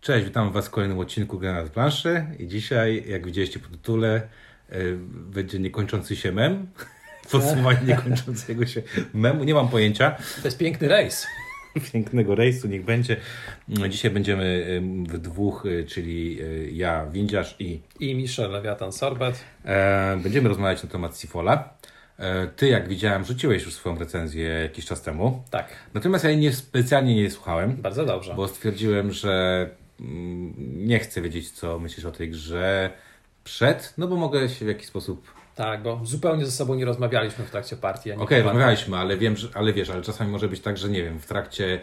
Cześć, witam Was w kolejnym odcinku Gry na planszy i dzisiaj, jak widzieliście po tytule, będzie niekończący się mem. Podsumowanie niekończącego się memu. Nie mam pojęcia. To jest piękny rejs. Pięknego rejsu, niech będzie. Dzisiaj będziemy w dwóch, czyli ja, Windziarz i Michel Lewiatan Sorbet. Będziemy rozmawiać na temat Seafolla. Ty, jak widziałem, rzuciłeś już swoją recenzję jakiś czas temu. Tak. Natomiast ja jej specjalnie nie słuchałem. Bardzo dobrze. Bo stwierdziłem, że nie chcę wiedzieć, co myślisz o tej grze no bo mogę się w jakiś sposób... Tak, bo zupełnie ze sobą nie rozmawialiśmy w trakcie partii. Okej, rozmawialiśmy, ale wiem, ale czasami może być tak, że nie wiem, w trakcie,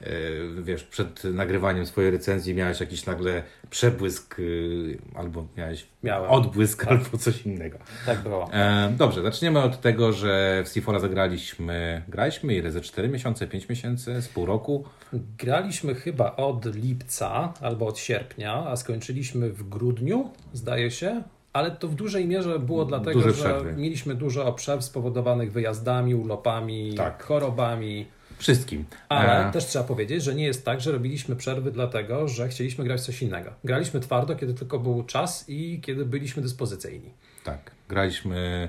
przed nagrywaniem swojej recenzji miałeś jakiś nagle przebłysk, albo Miałem. odbłysk, tak. Albo coś innego. Tak było. Dobrze, zaczniemy od tego, że w Seafolla graliśmy ile? Ze 4 miesiące, 5 miesięcy, z pół roku? Graliśmy chyba od lipca albo od sierpnia, a skończyliśmy w grudniu, zdaje się. Ale to w dużej mierze było dlatego, że mieliśmy dużo przerw spowodowanych wyjazdami, urlopami, chorobami. Wszystkim. Ale też trzeba powiedzieć, że nie jest tak, że robiliśmy przerwy dlatego, że chcieliśmy grać coś innego. Graliśmy twardo, kiedy tylko był czas i kiedy byliśmy dyspozycyjni. Tak, graliśmy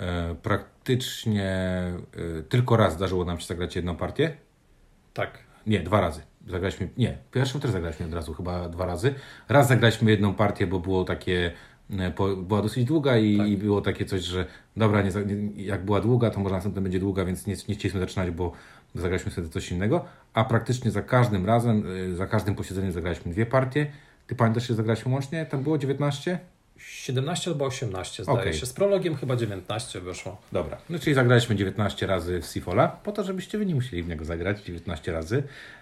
praktycznie tylko raz zdarzyło nam się zagrać jedną partię. Tak. Nie, 2 razy. Pierwszą też zagraliśmy od razu, chyba 2 razy. Raz zagraliśmy jedną partię, bo było takie... Była dosyć długa i było takie coś, że dobra, jak była długa, to może następna będzie długa, więc nie chcieliśmy zaczynać, bo zagraliśmy sobie coś innego, a praktycznie za każdym razem, za każdym posiedzeniem zagraliśmy 2 partie. Ty pamiętasz, że zagraliśmy łącznie? Tam było 19? 17 albo 18 zdaje się. Z prologiem chyba 19 wyszło. Dobra, no czyli zagraliśmy 19 razy w Seafolla, po to, żebyście wy nie musieli w niego zagrać 19 razy,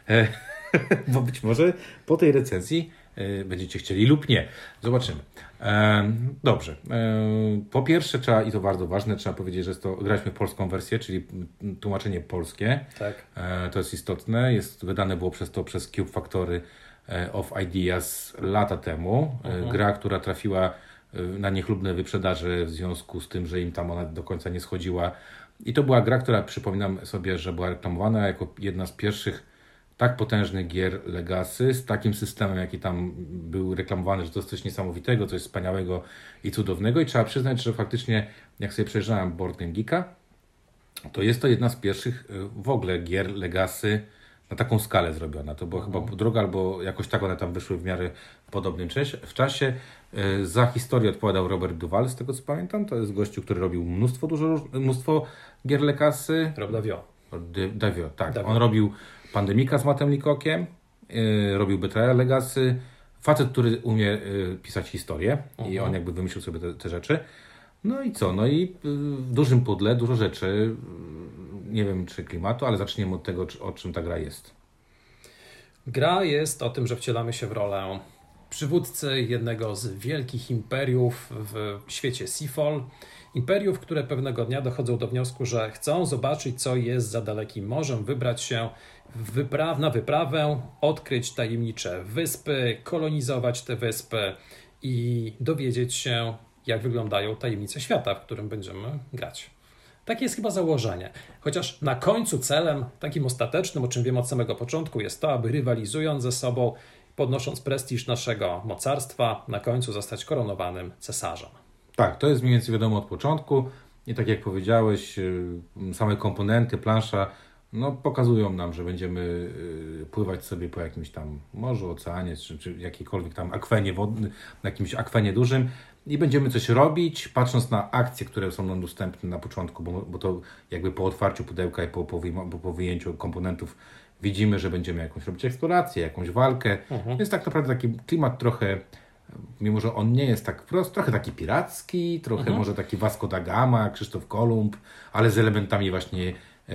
bo być może po tej recenzji będziecie chcieli lub nie. Zobaczymy. Dobrze. Po pierwsze i to bardzo ważne, trzeba powiedzieć, że graliśmy polską wersję, czyli tłumaczenie polskie. Tak. To jest istotne. Wydane było przez Cube Factory of Ideas lata temu. Gra, która trafiła na niechlubne wyprzedaże w związku z tym, że im tam ona do końca nie schodziła. I to była gra, która przypominam sobie, że była reklamowana jako jedna z pierwszych tak potężnych gier Legacy, z takim systemem, jaki tam był reklamowany, że to jest coś niesamowitego, coś wspaniałego i cudownego. I trzeba przyznać, że faktycznie, jak sobie przejrzałem Board Game Geeka, to jest to jedna z pierwszych w ogóle gier Legacy na taką skalę zrobiona. To była chyba droga, albo jakoś tak one tam wyszły w miarę podobnym w czasie. Za historię odpowiadał Robert Duval, z tego co pamiętam. To jest gościu, który robił mnóstwo gier Legacy. Rob Davio. Tak. Davio. On robił Pandemika z Mattem Leacockiem, robił Betrayal Legacy. Facet, który umie pisać historię i on jakby wymyślił sobie te rzeczy. No i co? No i w dużym pudle dużo rzeczy, nie wiem czy klimatu, ale zaczniemy od tego, o czym ta gra jest. Gra jest o tym, że wcielamy się w rolę przywódcy jednego z wielkich imperiów w świecie Seafoll. Imperiów, które pewnego dnia dochodzą do wniosku, że chcą zobaczyć, co jest za dalekim morzem, wybrać się na wyprawę, odkryć tajemnicze wyspy, kolonizować te wyspy i dowiedzieć się, jak wyglądają tajemnice świata, w którym będziemy grać. Takie jest chyba założenie. Chociaż na końcu celem, takim ostatecznym, o czym wiem od samego początku, jest to, aby rywalizując ze sobą, podnosząc prestiż naszego mocarstwa, na końcu zostać koronowanym cesarzem. Tak, to jest mniej więcej wiadomo od początku i tak jak powiedziałeś, same komponenty, plansza pokazują nam, że będziemy pływać sobie po jakimś tam morzu, oceanie, czy jakiejkolwiek tam akwenie wodnym, na jakimś akwenie dużym i będziemy coś robić, patrząc na akcje, które są nam dostępne na początku, bo to jakby po otwarciu pudełka i po wyjęciu komponentów widzimy, że będziemy jakąś robić eksplorację, jakąś walkę, więc tak naprawdę taki klimat trochę, mimo że on nie jest tak wprost, trochę taki piracki, trochę może taki Vasco da Gama, Krzysztof Kolumb, ale z elementami właśnie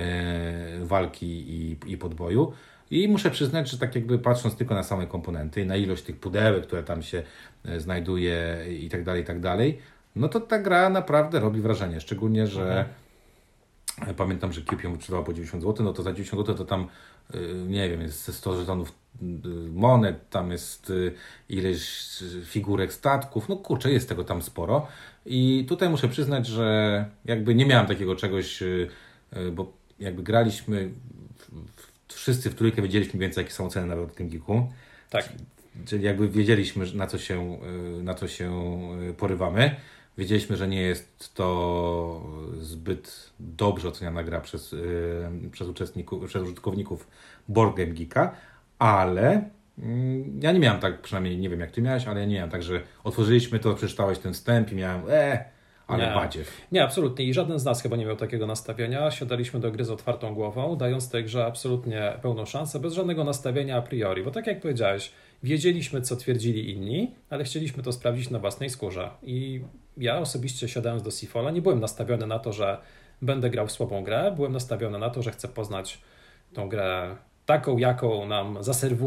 walki i podboju. I muszę przyznać, że tak jakby patrząc tylko na same komponenty, na ilość tych pudełek, które tam się znajduje i tak dalej, no to ta gra naprawdę robi wrażenie. Szczególnie, że pamiętam, że Cube ją wyprzedawał po 90 zł, no to za 90 zł to tam, nie wiem, jest 100 żetonów monet, tam jest ileś figurek statków, no kurczę, jest tego tam sporo. I tutaj muszę przyznać, że jakby nie miałem takiego czegoś, bo jakby graliśmy, wszyscy w trójkę wiedzieliśmy więcej, jakie są ceny na tym geeku. Tak. Czyli jakby wiedzieliśmy, na co się porywamy. Wiedzieliśmy, że nie jest to zbyt dobrze oceniana gra przez użytkowników Board Game Geeka, ale ja nie miałem tak, przynajmniej nie wiem jak ty miałeś, ale ja nie miałem tak, że otworzyliśmy to, przeczytałeś ten wstęp i miałem ale badziew. Nie, absolutnie. I żaden z nas chyba nie miał takiego nastawienia. Siadaliśmy do gry z otwartą głową, dając tej grze absolutnie pełną szansę, bez żadnego nastawienia a priori. Bo tak jak powiedziałeś, wiedzieliśmy, co twierdzili inni, ale chcieliśmy to sprawdzić na własnej skórze. I ja osobiście siadając do Seafola nie byłem nastawiony na to, że będę grał w słabą grę. Byłem nastawiony na to, że chcę poznać tą grę taką, jaką nam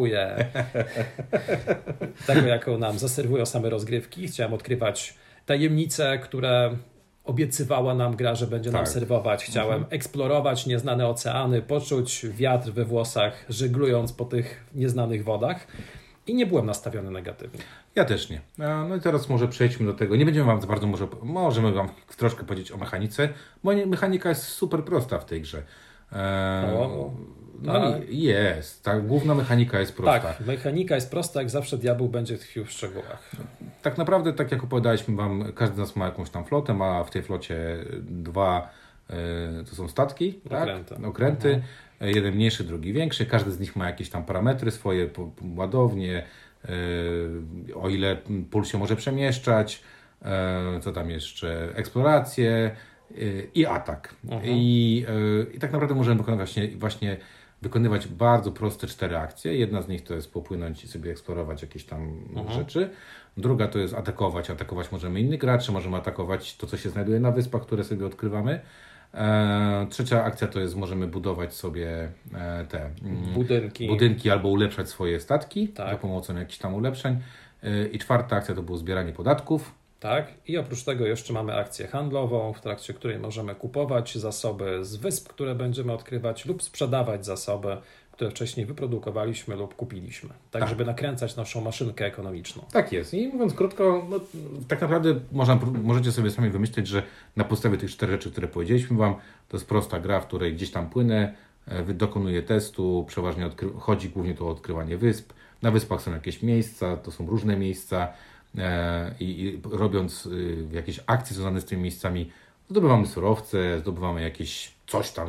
zaserwują same rozgrywki. Chciałem odkrywać tajemnice, które obiecywała nam gra, że będzie nam serwować. Chciałem eksplorować nieznane oceany, poczuć wiatr we włosach, żeglując po tych nieznanych wodach i nie byłem nastawiony negatywnie. Ja też nie. No i teraz może przejdźmy do tego. Nie będziemy Wam za bardzo, możemy Wam troszkę powiedzieć o mechanice, bo mechanika jest super prosta w tej grze. Jest. Ta główna mechanika jest prosta. Tak, mechanika jest prosta, jak zawsze diabeł będzie tkwił w szczegółach. Tak naprawdę, tak jak opowiadaliśmy Wam, każdy z nas ma jakąś tam flotę, ma w tej flocie 2 to są statki, okręty. Jeden mniejszy, drugi większy. Każdy z nich ma jakieś tam parametry swoje, ładownie, o ile pól się może przemieszczać, co tam jeszcze, eksplorację i atak. I tak naprawdę możemy właśnie wykonywać bardzo proste 4 akcje. Jedna z nich to jest popłynąć i sobie eksplorować jakieś tam rzeczy. Druga to jest atakować. Atakować możemy innych graczy, możemy atakować to, co się znajduje na wyspach, które sobie odkrywamy. Trzecia akcja to jest, możemy budować sobie te budynki albo ulepszać swoje statki za pomocą jakichś tam ulepszeń. I czwarta akcja to było zbieranie podatków. Tak, i oprócz tego jeszcze mamy akcję handlową, w trakcie której możemy kupować zasoby z wysp, które będziemy odkrywać, lub sprzedawać zasoby, które wcześniej wyprodukowaliśmy lub kupiliśmy. Tak, żeby nakręcać naszą maszynkę ekonomiczną. Tak jest. I mówiąc krótko, tak naprawdę możecie sobie sami wymyśleć, że na podstawie tych 4 rzeczy, które powiedzieliśmy Wam, to jest prosta gra, w której gdzieś tam płynę, dokonuję testu, przeważnie chodzi głównie tu o odkrywanie wysp. Na wyspach są jakieś miejsca, to są różne miejsca, i robiąc jakieś akcje związane z tymi miejscami, zdobywamy surowce, zdobywamy jakieś coś tam,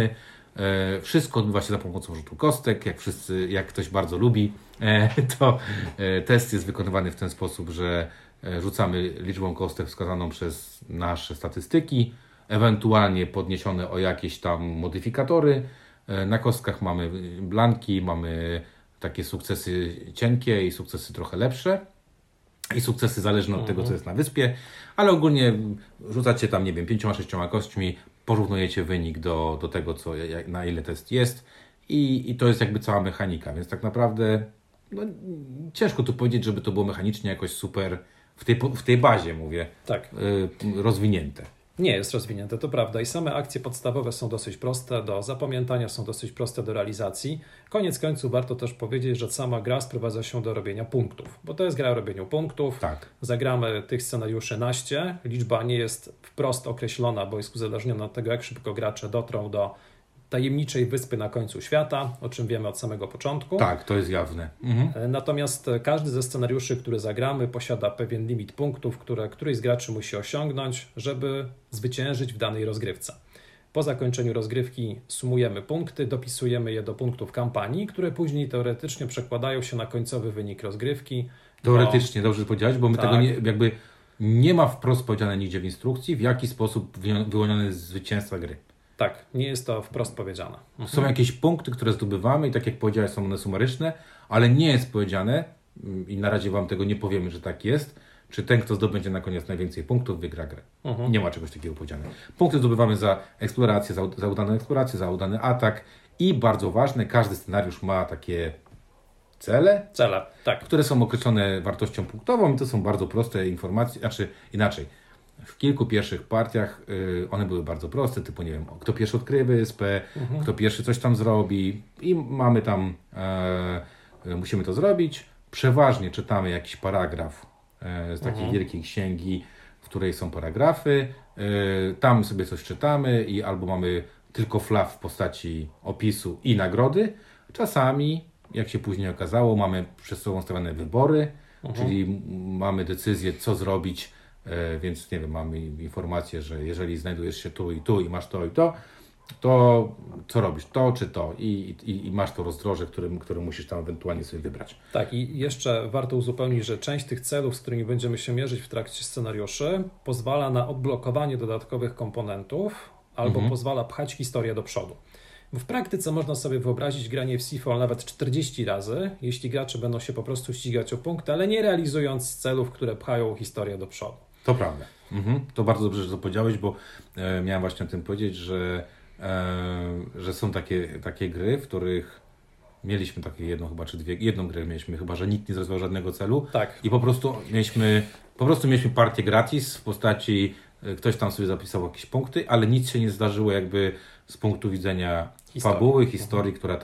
wszystko odbywa się za pomocą rzutu kostek. Jak ktoś bardzo lubi, to test jest wykonywany w ten sposób, że rzucamy liczbą kostek wskazaną przez nasze statystyki, ewentualnie podniesione o jakieś tam modyfikatory. Na kostkach mamy blanki, mamy takie sukcesy cienkie i sukcesy trochę lepsze. I sukcesy zależne od tego, co jest na wyspie, ale ogólnie rzucacie tam, 5-6 kośćmi, porównujecie wynik do tego, na ile test jest i to jest jakby cała mechanika, więc tak naprawdę ciężko tu powiedzieć, żeby to było mechanicznie jakoś super w tej bazie, mówię, rozwinięte. Nie jest rozwinięte, to prawda. I same akcje podstawowe są dosyć proste do zapamiętania, są dosyć proste do realizacji. Koniec końców warto też powiedzieć, że sama gra sprowadza się do robienia punktów, bo to jest gra o robieniu punktów. Tak. Zagramy tych scenariuszy naście. Liczba nie jest wprost określona, bo jest uzależniona od tego, jak szybko gracze dotrą do tajemniczej wyspy na końcu świata, o czym wiemy od samego początku. Tak, to jest jawne. Natomiast każdy ze scenariuszy, który zagramy, posiada pewien limit punktów, które któryś z graczy musi osiągnąć, żeby zwyciężyć w danej rozgrywce. Po zakończeniu rozgrywki sumujemy punkty, dopisujemy je do punktów kampanii, które później teoretycznie przekładają się na końcowy wynik rozgrywki. Teoretycznie, dobrze powiedziałeś, bo my tego nie ma wprost powiedziane nigdzie w instrukcji, w jaki sposób wyłonione jest zwycięstwa gry. Tak, nie jest to wprost powiedziane. Są jakieś punkty, które zdobywamy i tak jak powiedziałeś, są one sumaryczne, ale nie jest powiedziane i na razie Wam tego nie powiemy, że tak jest, czy ten, kto zdobędzie na koniec najwięcej punktów, wygra grę. Nie ma czegoś takiego powiedziane. Punkty zdobywamy za eksplorację, za udaną eksplorację, za udany atak i bardzo ważne, każdy scenariusz ma takie cele, tak, które są określone wartością punktową i to są bardzo proste informacje, inaczej. W kilku pierwszych partiach one były bardzo proste, typu nie wiem, kto pierwszy odkryje wyspę, kto pierwszy coś tam zrobi i mamy tam, musimy to zrobić. Przeważnie czytamy jakiś paragraf z takiej wielkiej księgi, w której są paragrafy. Tam sobie coś czytamy i albo mamy tylko flaw w postaci opisu i nagrody. Czasami jak się później okazało, mamy przed sobą stawiane wybory, czyli mamy decyzję, co zrobić, więc nie wiem, mamy informację, że jeżeli znajdujesz się tu i masz to i to co robisz? To czy to? I masz to rozdroże, które musisz tam ewentualnie sobie wybrać. Tak, i jeszcze warto uzupełnić, że część tych celów, z którymi będziemy się mierzyć w trakcie scenariuszy, pozwala na odblokowanie dodatkowych komponentów albo pozwala pchać historię do przodu. Bo w praktyce można sobie wyobrazić granie w Seafall nawet 40 razy, jeśli gracze będą się po prostu ścigać o punkty, ale nie realizując celów, które pchają historię do przodu. To prawda. To bardzo dobrze, że to powiedziałeś, bo miałem właśnie o tym powiedzieć, że są takie gry, w których mieliśmy takie jedną grę mieliśmy, chyba że nikt nie zrozumiał żadnego celu. Tak. I po prostu mieliśmy partię gratis w postaci ktoś tam sobie zapisał jakieś punkty, ale nic się nie zdarzyło jakby z punktu widzenia fabuły, historii, która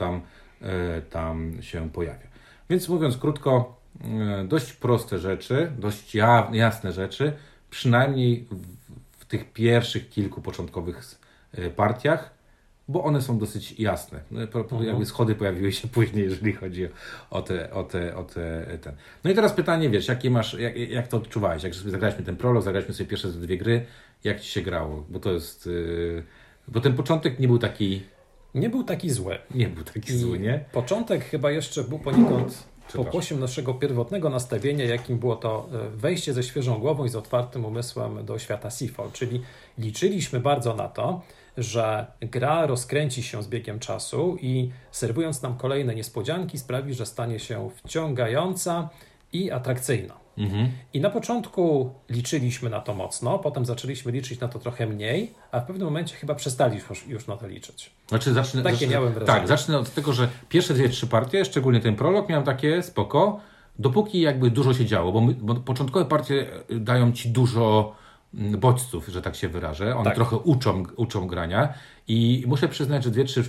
tam się pojawia. Więc mówiąc krótko, dość proste rzeczy, dość jasne rzeczy, przynajmniej w tych pierwszych kilku początkowych partiach, bo one są dosyć jasne. Jakby schody pojawiły się później, jeżeli chodzi o ten. No i teraz pytanie, wiesz, jak to odczuwałeś? Jak sobie zagraliśmy ten prolog, zagraliśmy sobie pierwsze 2 gry, jak ci się grało? Bo to jest... Bo ten początek nie był taki... Nie był taki zły. Nie był taki zły, nie? Początek chyba jeszcze był poniekąd pokłosiem naszego pierwotnego nastawienia, jakim było to wejście ze świeżą głową i z otwartym umysłem do świata Seafall. Czyli liczyliśmy bardzo na to, że gra rozkręci się z biegiem czasu i serwując nam kolejne niespodzianki sprawi, że stanie się wciągająca i atrakcyjna. I na początku liczyliśmy na to mocno, potem zaczęliśmy liczyć na to trochę mniej, a w pewnym momencie chyba przestaliśmy już na to liczyć. Miałem wrażenie. Tak, zacznę od tego, że pierwsze 2-3 partie, szczególnie ten prolog, miałem takie spoko, dopóki jakby dużo się działo, bo początkowe partie dają ci dużo bodźców, że tak się wyrażę. One trochę uczą grania i muszę przyznać, że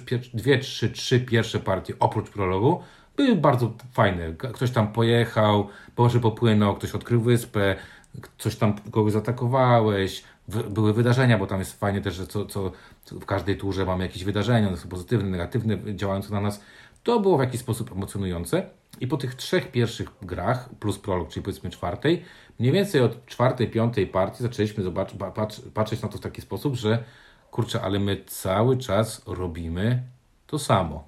2-3 pierwsze partie oprócz prologu były bardzo fajne. Ktoś tam pojechał, może popłynął, ktoś odkrył wyspę, coś tam kogoś zaatakowałeś, były wydarzenia, bo tam jest fajnie też, że co w każdej turze mamy jakieś wydarzenia, one są pozytywne, negatywne, działające na nas. To było w jakiś sposób emocjonujące i po tych 3 pierwszych grach, plus prolog, czyli powiedzmy 4, mniej więcej od 4., 5. partii zaczęliśmy patrzeć na to w taki sposób, że kurczę, ale my cały czas robimy to samo.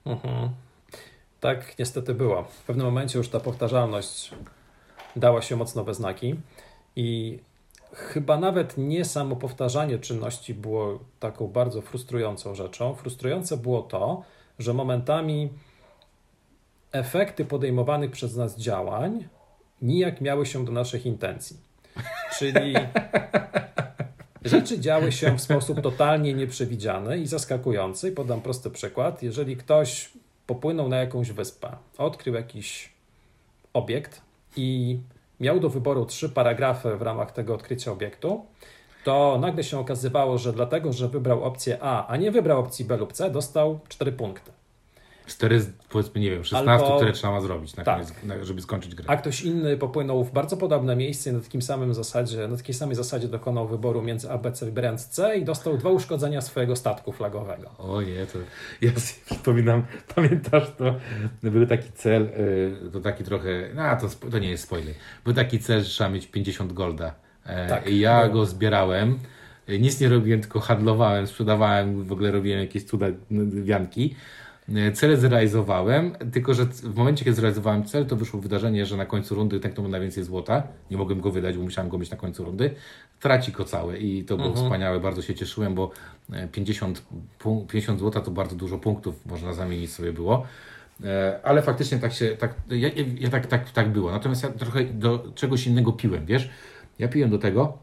Tak niestety było. W pewnym momencie już ta powtarzalność dała się mocno we znaki i chyba nawet nie samo powtarzanie czynności było taką bardzo frustrującą rzeczą. Frustrujące było to, że momentami efekty podejmowanych przez nas działań nijak miały się do naszych intencji. Czyli rzeczy działy się w sposób totalnie nieprzewidziany i zaskakujący. Podam prosty przykład. Jeżeli ktoś popłynął na jakąś wyspę, odkrył jakiś obiekt i miał do wyboru 3 paragrafy w ramach tego odkrycia obiektu, to nagle się okazywało, że dlatego, że wybrał opcję A nie wybrał opcji B lub C, dostał 4 punkty. 4 z, powiedzmy, nie wiem, 16, które trzeba zrobić na koniec, żeby skończyć grę. A ktoś inny popłynął w bardzo podobne miejsce na takiej samej zasadzie dokonał wyboru między A, B, C, wybierając C i dostał 2 uszkodzenia swojego statku flagowego. O nie, to ja sobie przypominam, pamiętasz to? Był taki cel, to taki trochę, to nie jest spoiler, był taki cel, że trzeba mieć 50 golda. I ja go zbierałem, nic nie robiłem, tylko handlowałem, sprzedawałem, w ogóle robiłem jakieś cuda wianki. Cel zrealizowałem, tylko że w momencie, kiedy zrealizowałem cel, to wyszło wydarzenie, że na końcu rundy ten, kto ma najwięcej złota, nie mogłem go wydać, bo musiałem go mieć na końcu rundy, traci go całe i to było wspaniałe, bardzo się cieszyłem, bo 50 złota to bardzo dużo punktów można zamienić sobie było, ale faktycznie tak było. Natomiast ja trochę do czegoś innego piłem, wiesz? Ja piłem do tego,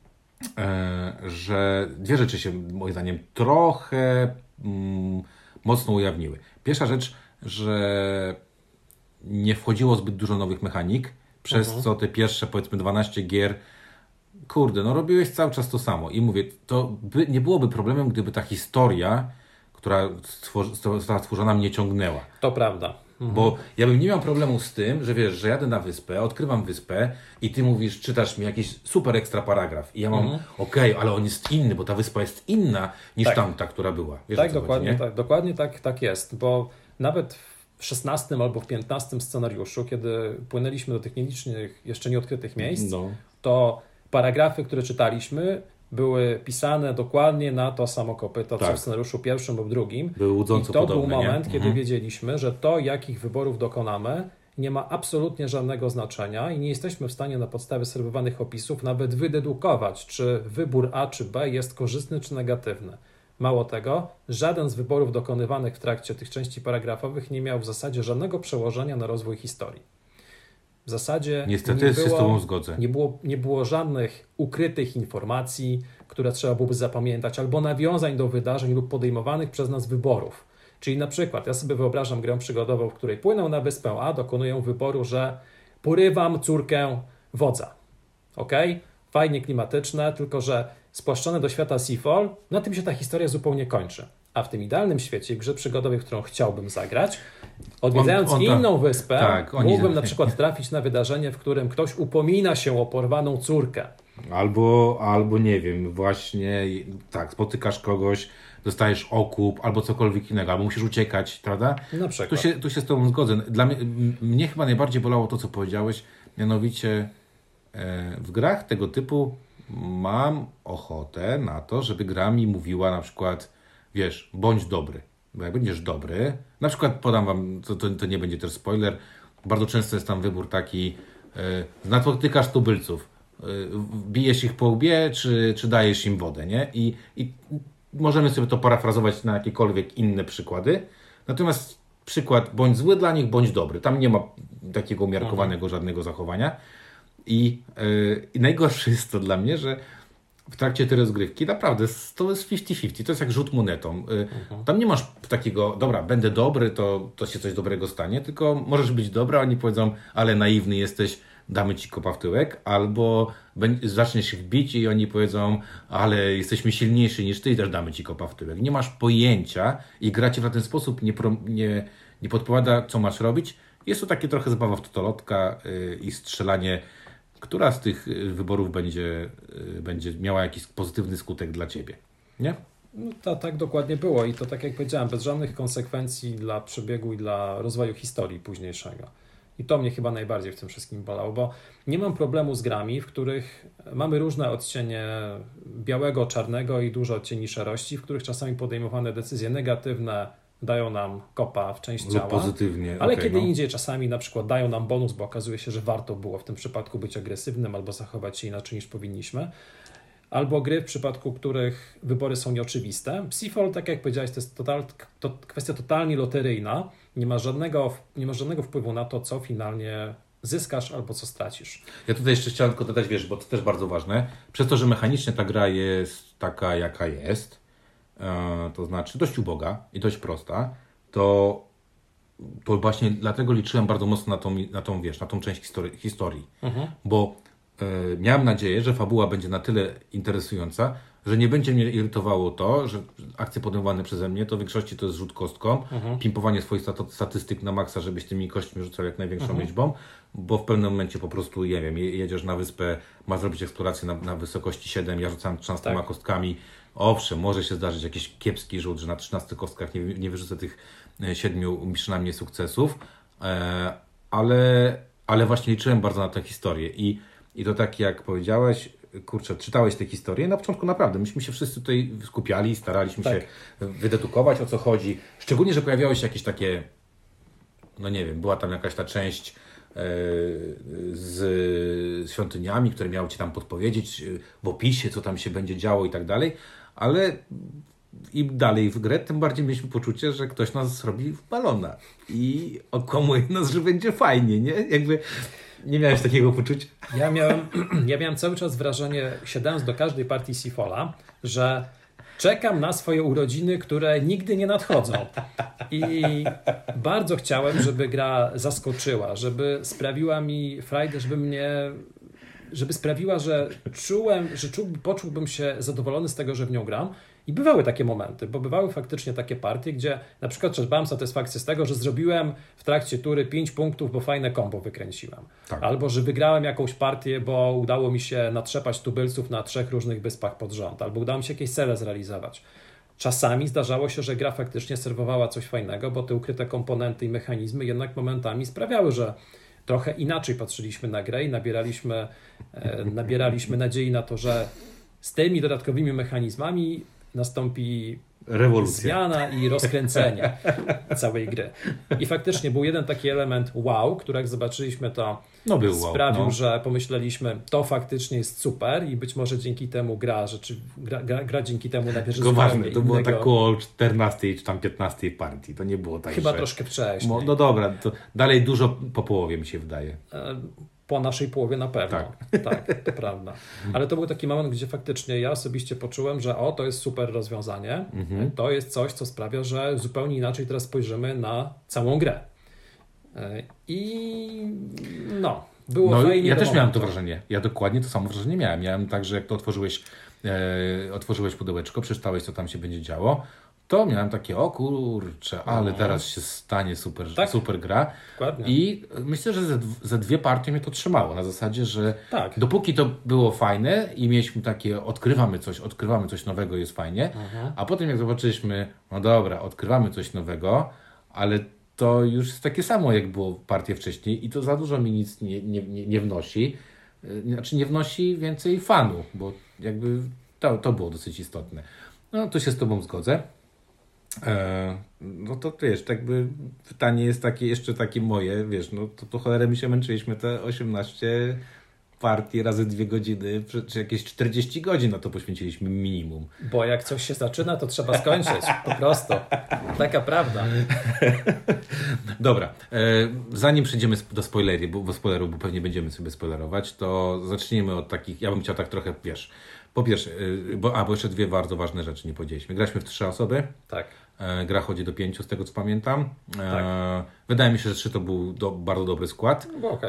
że 2 rzeczy się moim zdaniem trochę mocno ujawniły. Pierwsza rzecz, że nie wchodziło zbyt dużo nowych mechanik, przez co te pierwsze, powiedzmy, 12 gier, robiłeś cały czas to samo. I mówię, nie byłoby problemem, gdyby ta historia, która została stworzona, mnie ciągnęła. To prawda. Bo ja bym nie miał problemu z tym, że wiesz, że jadę na wyspę, odkrywam wyspę i ty mówisz, czytasz mi jakiś super ekstra paragraf i ja mam, ale on jest inny, bo ta wyspa jest inna niż tamta, która była. Wiesz, tak, dokładnie tak jest, bo nawet w 16 albo w 15 scenariuszu, kiedy płynęliśmy do tych nielicznych, jeszcze nieodkrytych miejsc, to paragrafy, które czytaliśmy, były pisane dokładnie na to samo kopyto, co w scenariuszu pierwszym lub drugim. Były łudząco podobne. I to był moment, kiedy wiedzieliśmy, że to, jakich wyborów dokonamy, nie ma absolutnie żadnego znaczenia i nie jesteśmy w stanie na podstawie serwowanych opisów nawet wydedukować, czy wybór A czy B jest korzystny czy negatywny. Mało tego, żaden z wyborów dokonywanych w trakcie tych części paragrafowych nie miał w zasadzie żadnego przełożenia na rozwój historii. W zasadzie niestety się z Tobą zgodzę. Nie było żadnych ukrytych informacji, które trzeba byłoby zapamiętać, albo nawiązań do wydarzeń lub podejmowanych przez nas wyborów. Czyli na przykład, ja sobie wyobrażam grę przygodową, w której płynę na wyspę A, dokonuję wyboru, że porywam córkę wodza. Okej? Fajnie klimatyczne, tylko że spłaszczone do świata Seafall, na tym się ta historia zupełnie kończy. A w tym idealnym świecie, grze przygodowej, którą chciałbym zagrać, odwiedzając inną wyspę, mógłbym na przykład trafić na wydarzenie, w którym ktoś upomina się o porwaną córkę. Albo nie wiem, właśnie tak, spotykasz kogoś, dostajesz okup, albo cokolwiek innego, albo musisz uciekać, prawda? Na przykład. Tu się z Tobą zgodzę. Mnie chyba najbardziej bolało to, co powiedziałeś, mianowicie w grach tego typu mam ochotę na to, żeby gra mi mówiła na przykład, wiesz, bądź dobry. Bo jak będziesz dobry, na przykład podam Wam, to nie będzie też spoiler, bardzo często jest tam wybór taki, napotykasz tubylców, bijesz ich po łbie, czy dajesz im wodę, nie? I możemy sobie to parafrazować na jakiekolwiek inne przykłady. Natomiast przykład, bądź zły dla nich, bądź dobry. Tam nie ma takiego umiarkowanego żadnego zachowania. I najgorsze jest to dla mnie, że w trakcie tej rozgrywki naprawdę to jest 50-50. To jest jak rzut monetą. Tam nie masz takiego, dobra, będę dobry, to się coś dobrego stanie, tylko możesz być dobry, a oni powiedzą, ale naiwny jesteś, damy ci kopa w tyłek, albo zaczniesz się bić i oni powiedzą, ale jesteśmy silniejsi niż ty i też damy ci kopa w tyłek. Nie masz pojęcia i gra ci w ten sposób nie podpowiada, co masz robić. Jest to takie trochę zabawa w totolotka i strzelanie, która z tych wyborów będzie miała jakiś pozytywny skutek dla ciebie. Nie? No to tak dokładnie było i to tak jak powiedziałem, bez żadnych konsekwencji dla przebiegu i dla rozwoju historii późniejszego. I to mnie chyba najbardziej w tym wszystkim bolało, bo nie mam problemu z grami, w których mamy różne odcienie białego, czarnego i dużo odcieni szarości, w których czasami podejmowane decyzje negatywne dają nam kopa w część ciała. Pozytywnie. Ale kiedy indziej czasami na przykład dają nam bonus, bo okazuje się, że warto było w tym przypadku być agresywnym albo zachować się inaczej niż powinniśmy. Albo gry, w przypadku których wybory są nieoczywiste. Seafall, tak jak powiedziałeś, to jest kwestia totalnie loteryjna. Nie ma żadnego wpływu na to, co finalnie zyskasz albo co stracisz. Ja tutaj jeszcze chciałem tylko dodać, wiesz, bo to też bardzo ważne. Przez to, że mechanicznie ta gra jest taka, jaka jest, to znaczy dość uboga i dość prosta, to właśnie dlatego liczyłem bardzo mocno na tą część historii. Bo miałem nadzieję, że fabuła będzie na tyle interesująca, że nie będzie mnie irytowało to, że akcje podejmowane przeze mnie to w większości to jest rzut kostką, pimpowanie swoich statystyk na maksa, żebyś tymi kośćmi rzucał jak największą liczbą, bo w pewnym momencie po prostu, nie wiem, jedziesz na wyspę, masz zrobić eksplorację na wysokości 7, ja rzucam 13 kostkami. Owszem, może się zdarzyć jakiś kiepski rzut, że na 13 kostkach nie wyrzucę tych 7 przynajmniej sukcesów, ale właśnie liczyłem bardzo na tę historię i to tak jak powiedziałeś, kurczę, czytałeś tę historię, na początku naprawdę, myśmy się wszyscy tutaj skupiali, staraliśmy się wydedukować, o co chodzi, szczególnie, że pojawiały się jakieś takie, no nie wiem, była tam jakaś ta część z świątyniami, które miały ci tam podpowiedzieć w opisie, co tam się będzie działo i tak dalej, ale im dalej w grę, tym bardziej mieliśmy poczucie, że ktoś nas robi w balona i okłamuje nas, że będzie fajnie, nie? Jakby nie miałeś takiego poczucia? Ja miałem cały czas wrażenie, siadając do każdej partii Seafalla, że czekam na swoje urodziny, które nigdy nie nadchodzą. I bardzo chciałem, żeby gra zaskoczyła, żeby sprawiła mi frajdę, żeby sprawiła, że poczułbym się zadowolony z tego, że w nią gram. I bywały takie momenty, bo bywały faktycznie takie partie, gdzie na przykład czerpałem satysfakcję z tego, że zrobiłem w trakcie tury 5 punktów, bo fajne combo wykręciłem. Tak. Albo że wygrałem jakąś partię, bo udało mi się natrzepać tubylców na 3 różnych wyspach pod rząd. Albo udało mi się jakieś cele zrealizować. czasami zdarzało się, że gra faktycznie serwowała coś fajnego, bo te ukryte komponenty i mechanizmy jednak momentami sprawiały, że trochę inaczej patrzyliśmy na grę i nabieraliśmy nadziei na to, że z tymi dodatkowymi mechanizmami nastąpi Rewolucja. zmiana i rozkręcenie całej gry. I faktycznie był jeden taki element wow, który jak zobaczyliśmy, to sprawił, że pomyśleliśmy, to faktycznie jest super i być może dzięki temu gra dzięki temu nabierze zupełnie ważne, to było innego... tak koło 14 czy tam 15 partii, to nie było tak, Chyba że... troszkę wcześniej. No dobra, to dalej dużo po połowie mi się wydaje. Po naszej połowie na pewno. Tak, to prawda. Ale to był taki moment, gdzie faktycznie ja osobiście poczułem, że to jest super rozwiązanie. To jest coś, co sprawia, że zupełnie inaczej teraz spojrzymy na całą grę. I było fajnie. Ja też miałem to wrażenie. Ja dokładnie to samo wrażenie miałem. Miałem tak, że jak to otworzyłeś pudełeczko, przeczytałeś, co tam się będzie działo, to miałem takie, o kurczę, ale teraz się stanie super gra. Dokładnie. I myślę, że ze 2 partie mnie to trzymało. Na zasadzie, że dopóki to było fajne i mieliśmy takie, odkrywamy coś nowego, jest fajnie, a potem jak zobaczyliśmy, no dobra, odkrywamy coś nowego, ale to już jest takie samo, jak było partię wcześniej i to za dużo mi nic nie wnosi. Znaczy nie wnosi więcej fanu, bo jakby to było dosyć istotne. No, tu się z Tobą zgodzę. No to wiesz, tak by pytanie jest takie, jeszcze takie moje, wiesz, no to cholerę mi się męczyliśmy te 18 partii razy 2 godziny, czy jakieś 40 godzin na to poświęciliśmy minimum. Bo jak coś się zaczyna, to trzeba skończyć, po prostu. Taka prawda. Dobra, zanim przejdziemy do spoilerów, bo pewnie będziemy sobie spoilerować, to zacznijmy od takich, ja bym chciał tak trochę, wiesz, po pierwsze, bo jeszcze 2 bardzo ważne rzeczy nie powiedzieliśmy. Graliśmy w 3 osoby. Tak. Gra chodzi do 5 z tego co pamiętam. Tak. Wydaje mi się, że 3 to był bardzo dobry skład,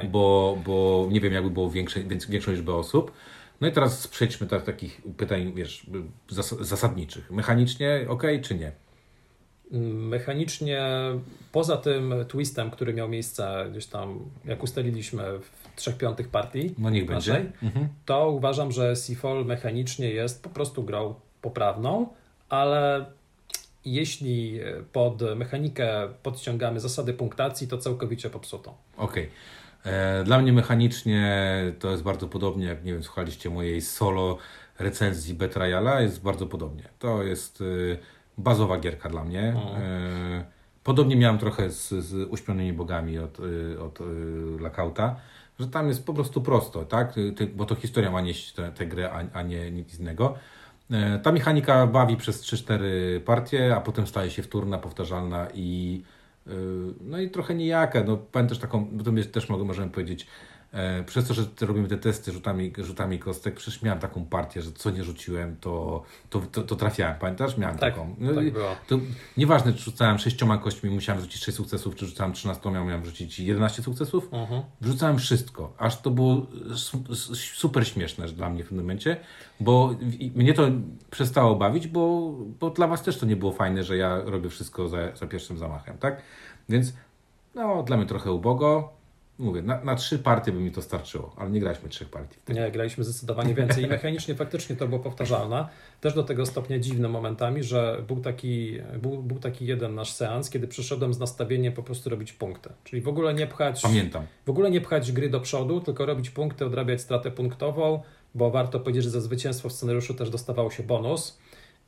bo nie wiem jakby było większą liczbę osób. No i teraz przejdźmy do takich pytań, wiesz, zasadniczych. Mechanicznie czy nie? Mechanicznie, poza tym twistem, który miał miejsce gdzieś tam, jak ustaliliśmy w 3/5 partii niech naszej, to uważam, że Seafall mechanicznie jest po prostu grą poprawną, ale jeśli pod mechanikę podciągamy zasady punktacji, to całkowicie popsutą. Okej. Dla mnie mechanicznie to jest bardzo podobnie, jak nie wiem, słuchaliście mojej solo recenzji Betrayala, jest bardzo podobnie. To jest bazowa gierka dla mnie. Podobnie miałem trochę z Uśpionymi Bogami od Lockouta, że tam jest po prostu prosto, tak? Bo to historia ma nieść tę grę, a nie nic innego. Ta mechanika bawi przez 3-4 partie, a potem staje się wtórna, powtarzalna i trochę nijaka. No, pamiętasz taką, bo to też możemy powiedzieć, przez to, że robimy te testy rzutami kostek, przecież miałem taką partię, że co nie rzuciłem, to trafiałem. Pamiętasz? Miałem taką. No tak było. To nieważne, czy rzucałem 6 kośćmi, musiałem rzucić 6 sukcesów, czy rzucałem 13, miałem rzucić 11 sukcesów. Wrzucałem wszystko. Aż to było super śmieszne dla mnie w tym momencie, bo mnie to przestało bawić, bo dla Was też to nie było fajne, że ja robię wszystko za pierwszym zamachem, tak? Więc dla mnie trochę ubogo. Mówię, na 3 partie by mi to starczyło, ale nie graliśmy 3 partii. Nie, graliśmy zdecydowanie więcej i mechanicznie faktycznie to było powtarzalne. Też do tego stopnia dziwne momentami, że był taki jeden nasz seans, kiedy przyszedłem z nastawieniem po prostu robić punkty. Czyli w ogóle nie pchać. Pamiętam. W ogóle nie pchać gry do przodu, tylko robić punkty, odrabiać stratę punktową, bo warto powiedzieć, że za zwycięstwo w scenariuszu też dostawało się bonus.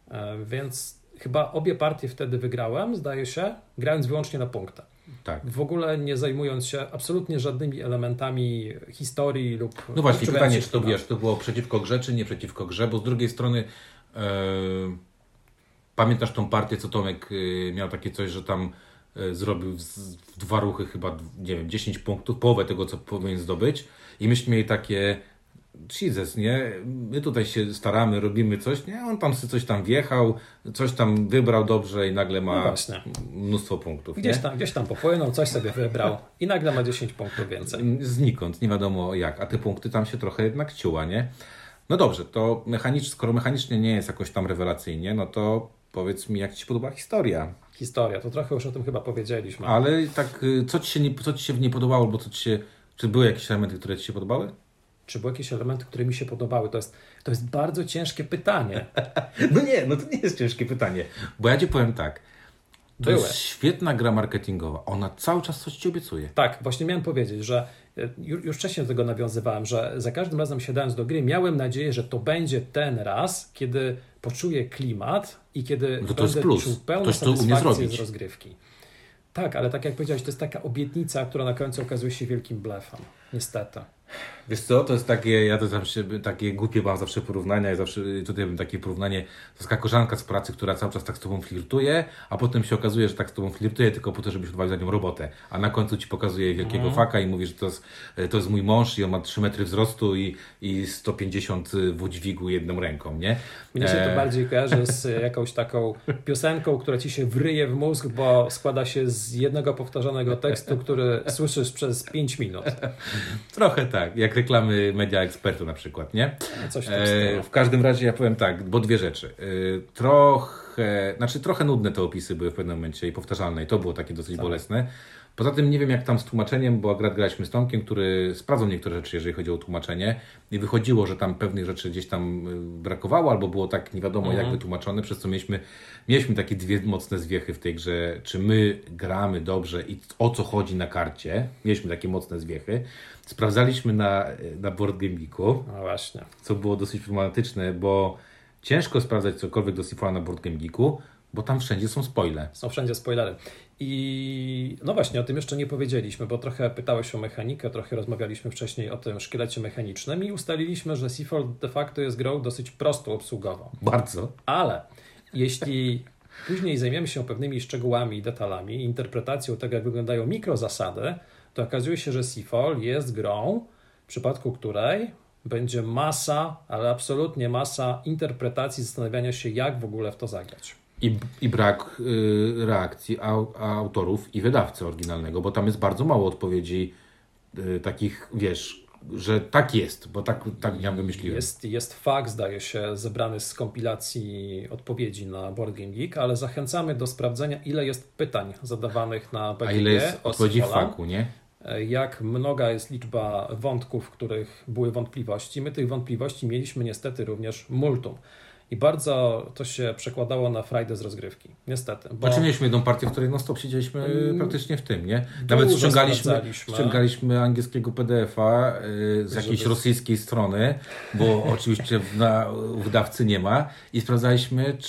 Więc chyba obie partie wtedy wygrałem, zdaje się, grając wyłącznie na punkty. Tak. W ogóle nie zajmując się absolutnie żadnymi elementami historii lub... No właśnie, pytanie, czy to to było przeciwko grze, czy nie przeciwko grze, bo z drugiej strony pamiętasz tą partię, co Tomek miał takie coś, że tam zrobił w 2 ruchy chyba, nie wiem, 10 punktów, połowę tego, co powinien zdobyć i myśmy mieli takie Jesus, nie? My tutaj się staramy, robimy coś, nie? On tam sobie coś tam wjechał, coś tam wybrał dobrze i nagle ma mnóstwo punktów. Gdzieś tam popłynął, coś sobie wybrał i nagle ma 10 punktów więcej. Znikąd, nie wiadomo jak, a te punkty tam się trochę jednak ciuła, nie? No dobrze, to skoro mechanicznie nie jest jakoś tam rewelacyjnie, no to powiedz mi, jak Ci się podoba historia? Historia, to trochę już o tym chyba powiedzieliśmy. Ale tak, co Ci się nie podobało, albo czy były jakieś elementy, które Ci się podobały? Czy były jakieś elementy, które mi się podobały? To jest bardzo ciężkie pytanie. No to nie jest ciężkie pytanie, bo ja ci powiem tak. To jest świetna gra marketingowa. Ona cały czas coś ci obiecuje. Tak, właśnie miałem powiedzieć, że już wcześniej do tego nawiązywałem, że za każdym razem siadając do gry miałem nadzieję, że to będzie ten raz, kiedy poczuję klimat i kiedy będę czuł pełną satysfakcję z rozgrywki. Tak, ale tak jak powiedziałeś, to jest taka obietnica, która na końcu okazuje się wielkim blefem. Niestety. Wiesz co, to jest takie, ja to zawsze takie głupie mam zawsze porównania i zawsze tutaj bym takie porównanie, to jest taka koleżanka z pracy, która cały czas tak z tobą flirtuje, a potem się okazuje, że tak z tobą flirtuje tylko po to, żebyś odwalił za nią robotę, a na końcu ci pokazuje wielkiego faka i mówi, że to jest mój mąż i on ma 3 metry wzrostu i 150 w udźwigu jedną ręką, nie? Mnie się to bardziej kojarzy z jakąś taką piosenką, która ci się wryje w mózg, bo składa się z jednego powtarzanego tekstu, który słyszysz przez 5 minut. Trochę tak, jak reklamy Media Expertu na przykład, nie? Coś w tym stylu. W każdym razie ja powiem tak, bo dwie rzeczy. Trochę nudne te opisy były w pewnym momencie i powtarzalne i to było takie dosyć bolesne. Poza tym nie wiem jak tam z tłumaczeniem, bo akurat graliśmy z Tomkiem, który sprawdzał niektóre rzeczy, jeżeli chodzi o tłumaczenie i wychodziło, że tam pewnych rzeczy gdzieś tam brakowało albo było tak nie wiadomo jak wytłumaczone, przez co mieliśmy takie dwie mocne zwiechy w tej grze, czy my gramy dobrze i o co chodzi na karcie. Mieliśmy takie mocne zwiechy. Sprawdzaliśmy na Board Game Geeku, No właśnie. co było dosyć problematyczne, bo ciężko sprawdzać cokolwiek do Seafola na Board Game Geeku, bo tam wszędzie są spoile. Są wszędzie spoilery. I no właśnie, o tym jeszcze nie powiedzieliśmy, bo trochę pytałeś o mechanikę, trochę rozmawialiśmy wcześniej o tym szkielecie mechanicznym i ustaliliśmy, że Seafall de facto jest grą dosyć prostą obsługową. Bardzo. Ale jeśli później zajmiemy się pewnymi szczegółami, detalami, interpretacją tego, jak wyglądają mikrozasady, to okazuje się, że Seafall jest grą, w przypadku której będzie masa, ale absolutnie masa interpretacji, zastanawiania się, jak w ogóle w to zagrać. I brak reakcji autorów i wydawcy oryginalnego, bo tam jest bardzo mało odpowiedzi takich, wiesz, że tak jest, bo tak ja wymyśliłem. Jest fakt, zdaje się, zebrany z kompilacji odpowiedzi na Board Game Geek, ale zachęcamy do sprawdzenia, ile jest pytań zadawanych na BGG. A ile jest odpowiedzi w faku, nie? Jak mnoga jest liczba wątków, w których były wątpliwości. My tych wątpliwości mieliśmy niestety również multum. I bardzo to się przekładało na frajdę z rozgrywki. Niestety. Znaczy mieliśmy jedną partię, w której non-stop siedzieliśmy praktycznie w tym, nie? Nawet ściągaliśmy angielskiego PDF-a z jakiejś rosyjskiej strony, bo oczywiście u wydawcy nie ma i sprawdzaliśmy,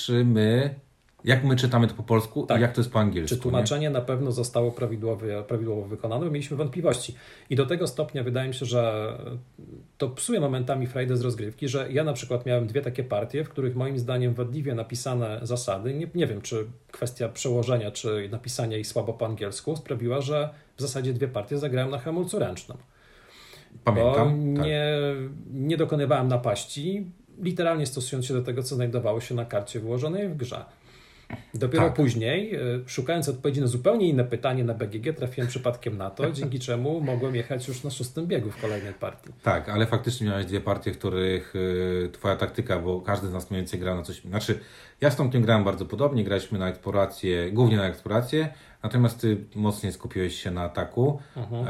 jak my czytamy to po polsku i jak to jest po angielsku. Czy tłumaczenie na pewno zostało prawidłowo wykonane? Mieliśmy wątpliwości. I do tego stopnia wydaje mi się, że to psuje momentami frajdę z rozgrywki, że ja na przykład miałem 2 takie partie, w których moim zdaniem wadliwie napisane zasady, nie wiem czy kwestia przełożenia, czy napisania ich słabo po angielsku sprawiła, że w zasadzie 2 partie zagrałem na hamulcu ręcznym. Pamiętam. Bo nie dokonywałem napaści, literalnie stosując się do tego, co znajdowało się na karcie wyłożonej w grze. Dopiero później, szukając odpowiedzi na zupełnie inne pytanie na BGG, trafiłem przypadkiem na to, dzięki czemu mogłem jechać już na 6. biegu w kolejnej partii. Tak, ale faktycznie miałeś 2 partie, w których twoja taktyka, bo każdy z nas mniej więcej grał na coś. Znaczy, ja z Tomkiem grałem bardzo podobnie, graliśmy na eksplorację, głównie na eksplorację, natomiast ty mocniej skupiłeś się na ataku.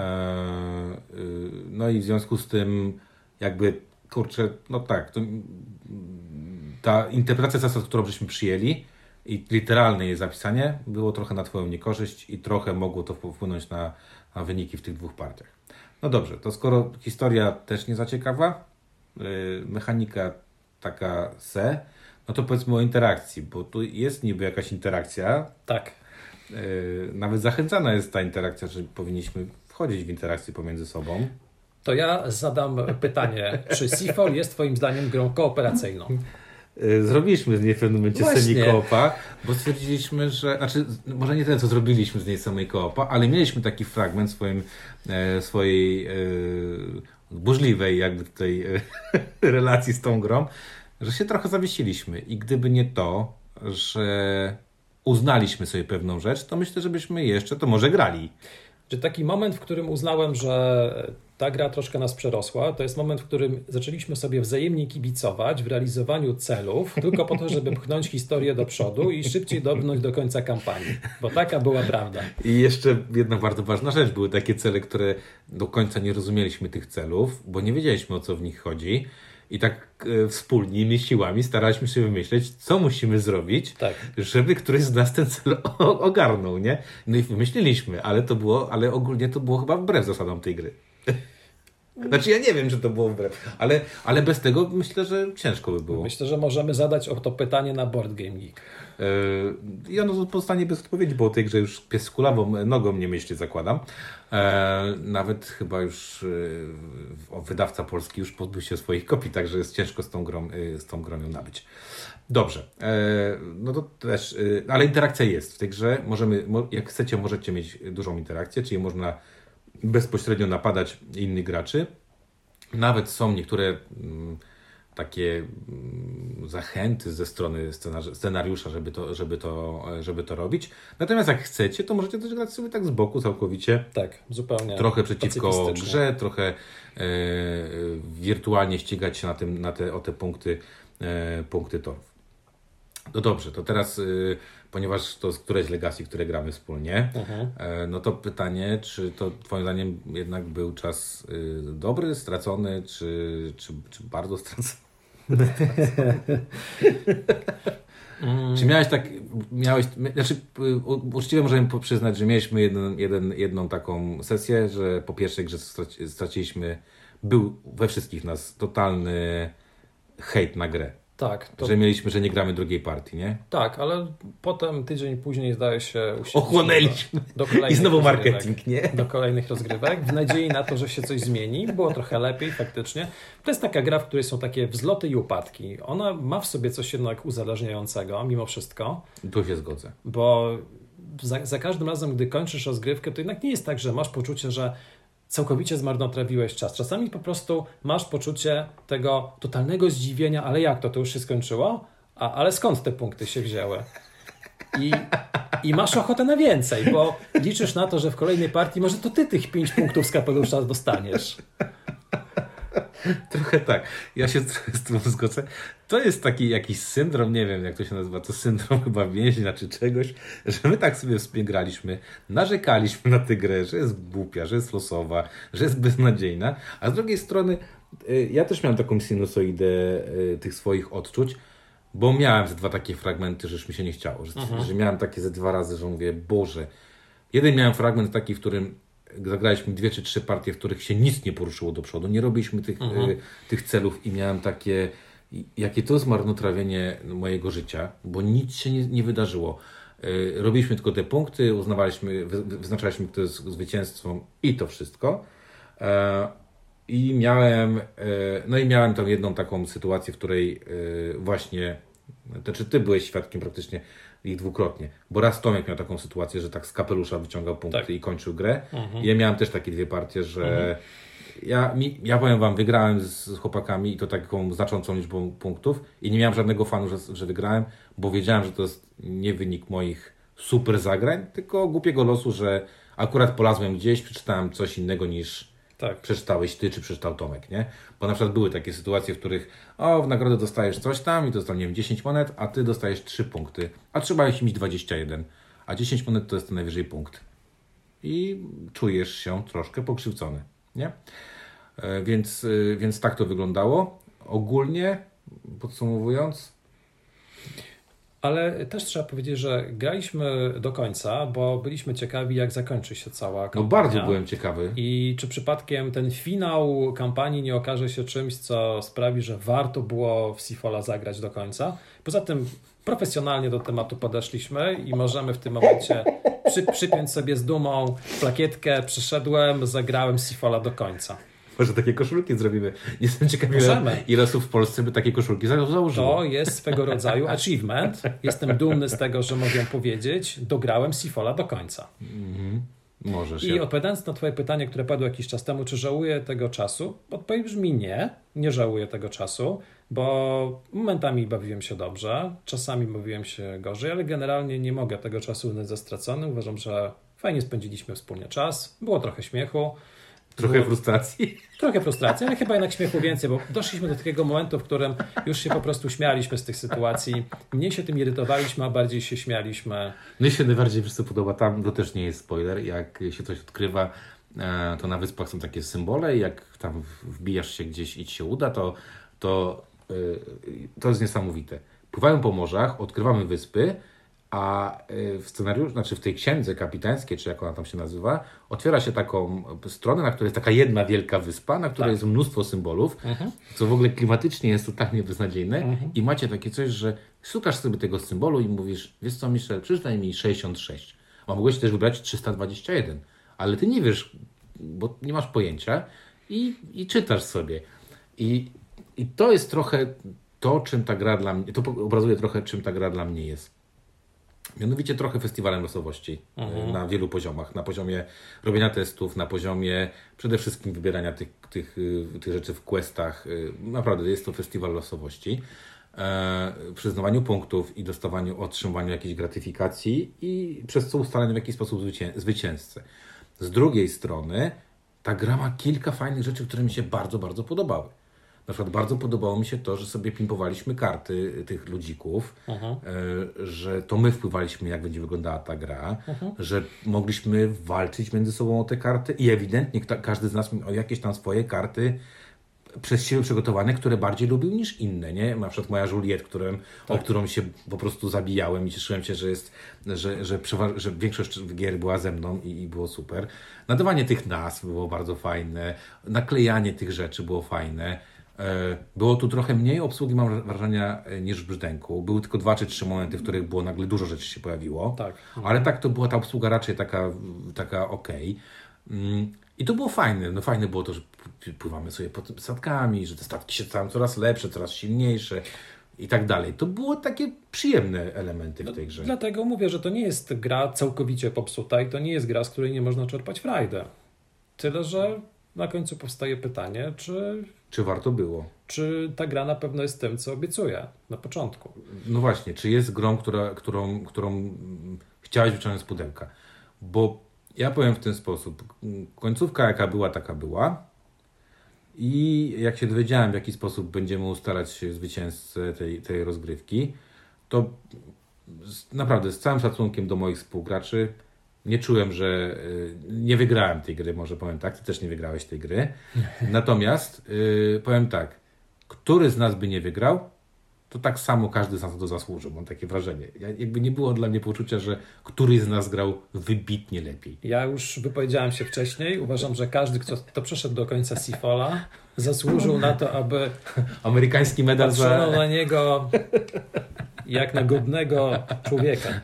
No i w związku z tym jakby, kurczę, no tak, ta interpretacja zasad, którą żeśmy przyjęli, i literalne jej zapisanie było trochę na twoją niekorzyść i trochę mogło to wpłynąć na wyniki w tych 2 partiach. No dobrze, to skoro historia też nie za ciekawa, mechanika taka no to powiedzmy o interakcji, bo tu jest niby jakaś interakcja. Tak. Nawet zachęcana jest ta interakcja, że powinniśmy wchodzić w interakcję pomiędzy sobą. To ja zadam pytanie, czy Seafall jest twoim zdaniem grą kooperacyjną? Zrobiliśmy z niej w pewnym momencie semi-koopa, bo stwierdziliśmy, że, znaczy może nie tyle, co zrobiliśmy z niej semi-koopa, ale mieliśmy taki fragment swojej burzliwej jakby tutaj relacji z tą grą, że się trochę zawiesiliśmy i gdyby nie to, że uznaliśmy sobie pewną rzecz, to myślę, że byśmy jeszcze to może grali. Czy taki moment, w którym uznałem, że ta gra troszkę nas przerosła. To jest moment, w którym zaczęliśmy sobie wzajemnie kibicować w realizowaniu celów, tylko po to, żeby pchnąć historię do przodu i szybciej dobrnąć do końca kampanii. Bo taka była prawda. I jeszcze jedna bardzo ważna rzecz. Były takie cele, które do końca nie rozumieliśmy tych celów, bo nie wiedzieliśmy, o co w nich chodzi. I tak wspólnymi siłami staraliśmy się wymyśleć, co musimy zrobić, żeby któryś z nas ten cel ogarnął, nie? No i wymyśliliśmy, ale ogólnie to było chyba wbrew zasadom tej gry. Znaczy ja nie wiem, czy to było wbrew, ale bez tego myślę, że ciężko by było. Myślę, że możemy zadać o to pytanie na Board Game Geek. I ono pozostanie bez odpowiedzi, bo o tej grze już pies z kulawą nogą nie myśli, zakładam. Nawet chyba już wydawca polski już pozbył się swoich kopii, także jest ciężko z tą grą ją nabyć. Dobrze, no to też, ale interakcja jest w tej grze. Jak chcecie, możecie mieć dużą interakcję, czyli można bezpośrednio napadać innych graczy. Nawet są niektóre takie zachęty ze strony scenariusza, żeby to robić. Natomiast jak chcecie, to możecie też grać sobie tak z boku całkowicie. Tak, zupełnie. Trochę przeciwko grze, trochę wirtualnie ścigać się o te punkty torów. No dobrze, to teraz, ponieważ to jest któreś Legacy, które gramy wspólnie, no to pytanie, czy to twoim zdaniem jednak był czas dobry, stracony, czy bardzo stracony? Czy uczciwie możemy przyznać, że mieliśmy jedną taką sesję, że po pierwszej grze straciliśmy, był we wszystkich nas totalny hejt na grę. Tak. Że nie gramy drugiej partii, nie? Tak, ale potem tydzień później zdaje się ochłonęliśmy. I znowu marketing, nie? Do kolejnych rozgrywek, w nadziei na to, że się coś zmieni. Było trochę lepiej faktycznie. To jest taka gra, w której są takie wzloty i upadki. Ona ma w sobie coś jednak uzależniającego, mimo wszystko. Tu się zgodzę. Bo za każdym razem, gdy kończysz rozgrywkę, to jednak nie jest tak, że masz poczucie, że całkowicie zmarnotrawiłeś czas. Czasami po prostu masz poczucie tego totalnego zdziwienia, ale jak to już się skończyło? Ale skąd te punkty się wzięły? I masz ochotę na więcej, bo liczysz na to, że w kolejnej partii może to ty tych 5 punktów z kapelusza dostaniesz. Trochę tak. Ja się trochę z tym zgodzę. To jest taki jakiś syndrom, nie wiem jak to się nazywa, to syndrom chyba więźnia czy czegoś, że my tak sobie wspiegraliśmy, narzekaliśmy na tę grę, że jest głupia, że jest losowa, że jest beznadziejna, a z drugiej strony ja też miałem taką sinusoidę tych swoich odczuć, bo miałem ze 2 takie fragmenty, że już mi się nie chciało, że miałem takie ze 2 razy, że mówię, Boże. Jeden miałem fragment taki, w którym zagraliśmy 2 czy 3 partie, w których się nic nie poruszyło do przodu, nie robiliśmy tych celów i miałem takie, jakie to jest marnotrawienie mojego życia, bo nic się nie wydarzyło. Robiliśmy tylko te punkty, wyznaczaliśmy, kto jest zwycięstwem i to wszystko. I miałem tam jedną taką sytuację, w której właśnie, znaczy ty byłeś świadkiem praktycznie ich dwukrotnie, bo raz Tomek miał taką sytuację, że tak z kapelusza wyciągał punkty i kończył grę. I ja miałem też takie 2 partie, że ja powiem wam, wygrałem z chłopakami i to taką znaczącą liczbą punktów i nie miałem żadnego fanu, że wygrałem, bo wiedziałem, że to jest nie wynik moich super zagrań, tylko głupiego losu, że akurat polazłem gdzieś, przeczytałem coś innego niż przeczytałeś ty, czy przeczytał Tomek, nie? Bo na przykład były takie sytuacje, w których w nagrodę dostajesz coś tam i to jest tam, nie wiem, 10 monet, a ty dostajesz 3 punkty, a trzeba jeść mieć 21, a 10 monet to jest to najwyżej punkt. I czujesz się troszkę pokrzywdzony, nie? Więc tak to wyglądało. Ogólnie, podsumowując, ale też trzeba powiedzieć, że graliśmy do końca, bo byliśmy ciekawi, jak zakończy się cała kampania. No bardzo byłem ciekawy. I czy przypadkiem ten finał kampanii nie okaże się czymś, co sprawi, że warto było w Seafola zagrać do końca. Poza tym profesjonalnie do tematu podeszliśmy i możemy w tym momencie przypiąć sobie z dumą plakietkę, przyszedłem, zagrałem Seafola do końca. Może takie koszulki zrobimy. Jestem ciekawy, ile osób w Polsce by takie koszulki założyło. To jest swego rodzaju achievement. Jestem dumny z tego, że mogę powiedzieć, dograłem Seafola do końca. Możesz. I odpowiadając na twoje pytanie, które padło jakiś czas temu, czy żałuję tego czasu? Odpowiedź brzmi nie żałuję tego czasu, bo momentami bawiłem się dobrze, czasami bawiłem się gorzej, ale generalnie nie mogę tego czasu uznać za stracony. Uważam, że fajnie spędziliśmy wspólnie czas, było trochę śmiechu. Trochę frustracji. Trochę frustracji, ale chyba jednak śmiechu więcej, bo doszliśmy do takiego momentu, w którym już się po prostu śmialiśmy z tych sytuacji. Mniej się tym irytowaliśmy, a bardziej się śmialiśmy. Mnie się najbardziej podoba tam, to też nie jest spoiler, jak się coś odkrywa, to na wyspach są takie symbole i jak tam wbijasz się gdzieś i ci się uda, to jest niesamowite. Pływają po morzach, odkrywamy wyspy, a w scenariuszu, znaczy w tej księdze kapitańskiej, czy jak ona tam się nazywa, otwiera się taką stronę, na której jest taka jedna wielka wyspa, na której jest mnóstwo symbolów, co w ogóle klimatycznie jest totalnie beznadziejne i macie takie coś, że szukasz sobie tego symbolu i mówisz, wiesz co, Michel, przeczytaj mi 66, a mogłeś też wybrać 321, ale ty nie wiesz, bo nie masz pojęcia i czytasz sobie. I to jest trochę to, czym ta gra dla mnie, to obrazuje trochę, czym ta gra dla mnie jest. Mianowicie trochę festiwalem losowości na wielu poziomach. Na poziomie robienia testów, na poziomie przede wszystkim wybierania tych rzeczy w questach. Naprawdę jest to festiwal losowości. Przyznawaniu punktów i otrzymywaniu jakiejś gratyfikacji i przez co ustaleniu w jakiś sposób zwycięzcę. Z drugiej strony ta gra ma kilka fajnych rzeczy, które mi się bardzo, bardzo podobały. Na przykład bardzo podobało mi się to, że sobie pimpowaliśmy karty tych ludzików, że to my wpływaliśmy, jak będzie wyglądała ta gra, że mogliśmy walczyć między sobą o te karty i ewidentnie każdy z nas miał jakieś tam swoje karty przez siebie przygotowane, które bardziej lubił niż inne, nie? Na przykład moja Juliette, o którą się po prostu zabijałem i cieszyłem się, że większość gier była ze mną i było super. Nadawanie tych nazw było bardzo fajne, naklejanie tych rzeczy było fajne. Było tu trochę mniej obsługi, mam wrażenia, niż w Brzdęku. Były tylko 2 czy 3 momenty, w których było nagle dużo rzeczy się pojawiło. Tak. Ale tak to była ta obsługa raczej taka okej. I to było fajne. No fajne było to, że pływamy sobie pod statkami, że te statki się stają coraz lepsze, coraz silniejsze i tak dalej. To było takie przyjemne elementy w tej grze. Dlatego mówię, że to nie jest gra całkowicie popsuta i to nie jest gra, z której nie można czerpać frajdę. Tyle, że na końcu powstaje pytanie, czy warto było? Czy ta gra na pewno jest tym, co obiecuje na początku? No właśnie, czy jest grą, którą chciałeś wyciągnąć z pudełka? Bo ja powiem w ten sposób. Końcówka jaka była, taka była. I jak się dowiedziałem, w jaki sposób będziemy ustalać zwycięzcę tej rozgrywki, to naprawdę z całym szacunkiem do moich współgraczy nie czułem, że nie wygrałem tej gry, może powiem tak, ty też nie wygrałeś tej gry. Natomiast powiem tak, który z nas by nie wygrał, to tak samo każdy z nas to zasłużył, mam takie wrażenie. Jakby nie było dla mnie poczucia, że któryś z nas grał wybitnie lepiej. Ja już wypowiedziałem się wcześniej, uważam, że każdy, kto przeszedł do końca Seafola, zasłużył na to, aby amerykański medal patrzono na niego jak na godnego człowieka.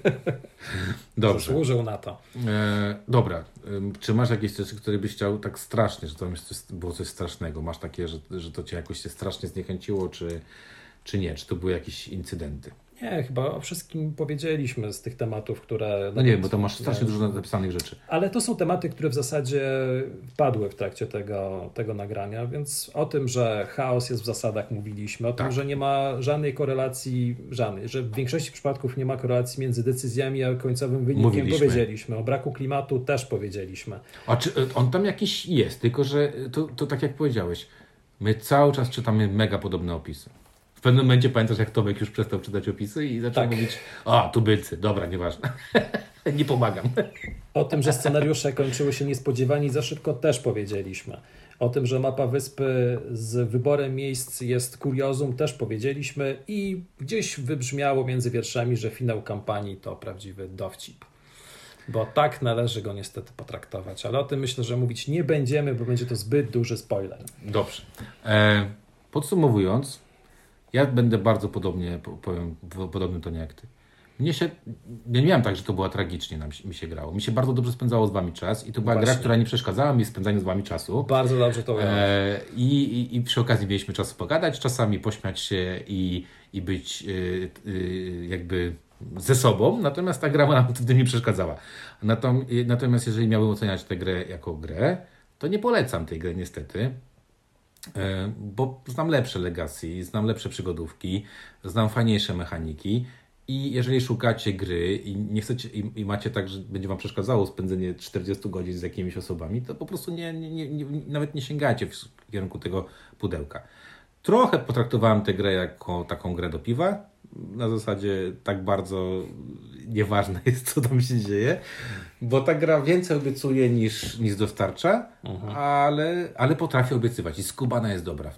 Dobrze. Zasłużył na to. Dobra. Czy masz jakieś rzeczy, które byś chciał tak strasznie, że to było coś strasznego? Masz takie, że to cię jakoś się strasznie zniechęciło, czy nie? Czy to były jakieś incydenty? Nie, chyba o wszystkim powiedzieliśmy z tych tematów, które... No nie, bo to masz strasznie dużo napisanych rzeczy. Ale to są tematy, które w zasadzie padły w trakcie tego nagrania, więc o tym, że chaos jest w zasadach mówiliśmy, o tym, że nie ma żadnej korelacji, że w większości przypadków nie ma korelacji między decyzjami a końcowym wynikiem, powiedzieliśmy. O braku klimatu też powiedzieliśmy. A czy on tam jakiś jest, tylko że to tak jak powiedziałeś, my cały czas czytamy mega podobne opisy. W pewnym momencie pamiętasz, jak Tomek już przestał czytać opisy i zaczął mówić, tubylcy, dobra, nieważne, nie pomagam. O tym, że scenariusze kończyły się niespodziewanie za szybko też powiedzieliśmy. O tym, że mapa wyspy z wyborem miejsc jest kuriozum też powiedzieliśmy i gdzieś wybrzmiało między wierszami, że finał kampanii to prawdziwy dowcip. Bo tak należy go niestety potraktować, ale o tym myślę, że mówić nie będziemy, bo będzie to zbyt duży spoiler. Dobrze. Podsumowując, ja będę bardzo powiem w podobnym tonie jak ty. Ja nie miałem tak, że to była tragicznie mi się grało. Mi się bardzo dobrze spędzało z wami czas i to była gra, która nie przeszkadzała mi w spędzaniu z wami czasu. Bardzo dobrze to ująłem. I przy okazji mieliśmy czas pogadać, czasami pośmiać się i być jakby ze sobą, natomiast ta gra nam wtedy nie przeszkadzała. Natomiast jeżeli miałbym oceniać tę grę jako grę, to nie polecam tej gry niestety. Bo znam lepsze Legacy, znam lepsze przygodówki, znam fajniejsze mechaniki I jeżeli szukacie gry i nie chcecie i macie tak, że będzie wam przeszkadzało spędzenie 40 godzin z jakimiś osobami, to po prostu nawet nie sięgajcie w kierunku tego pudełka. Trochę potraktowałem tę grę jako taką grę do piwa. Na zasadzie tak bardzo nieważne jest, co tam się dzieje, bo ta gra więcej obiecuje niż dostarcza, ale potrafi obiecywać i skubana jest dobra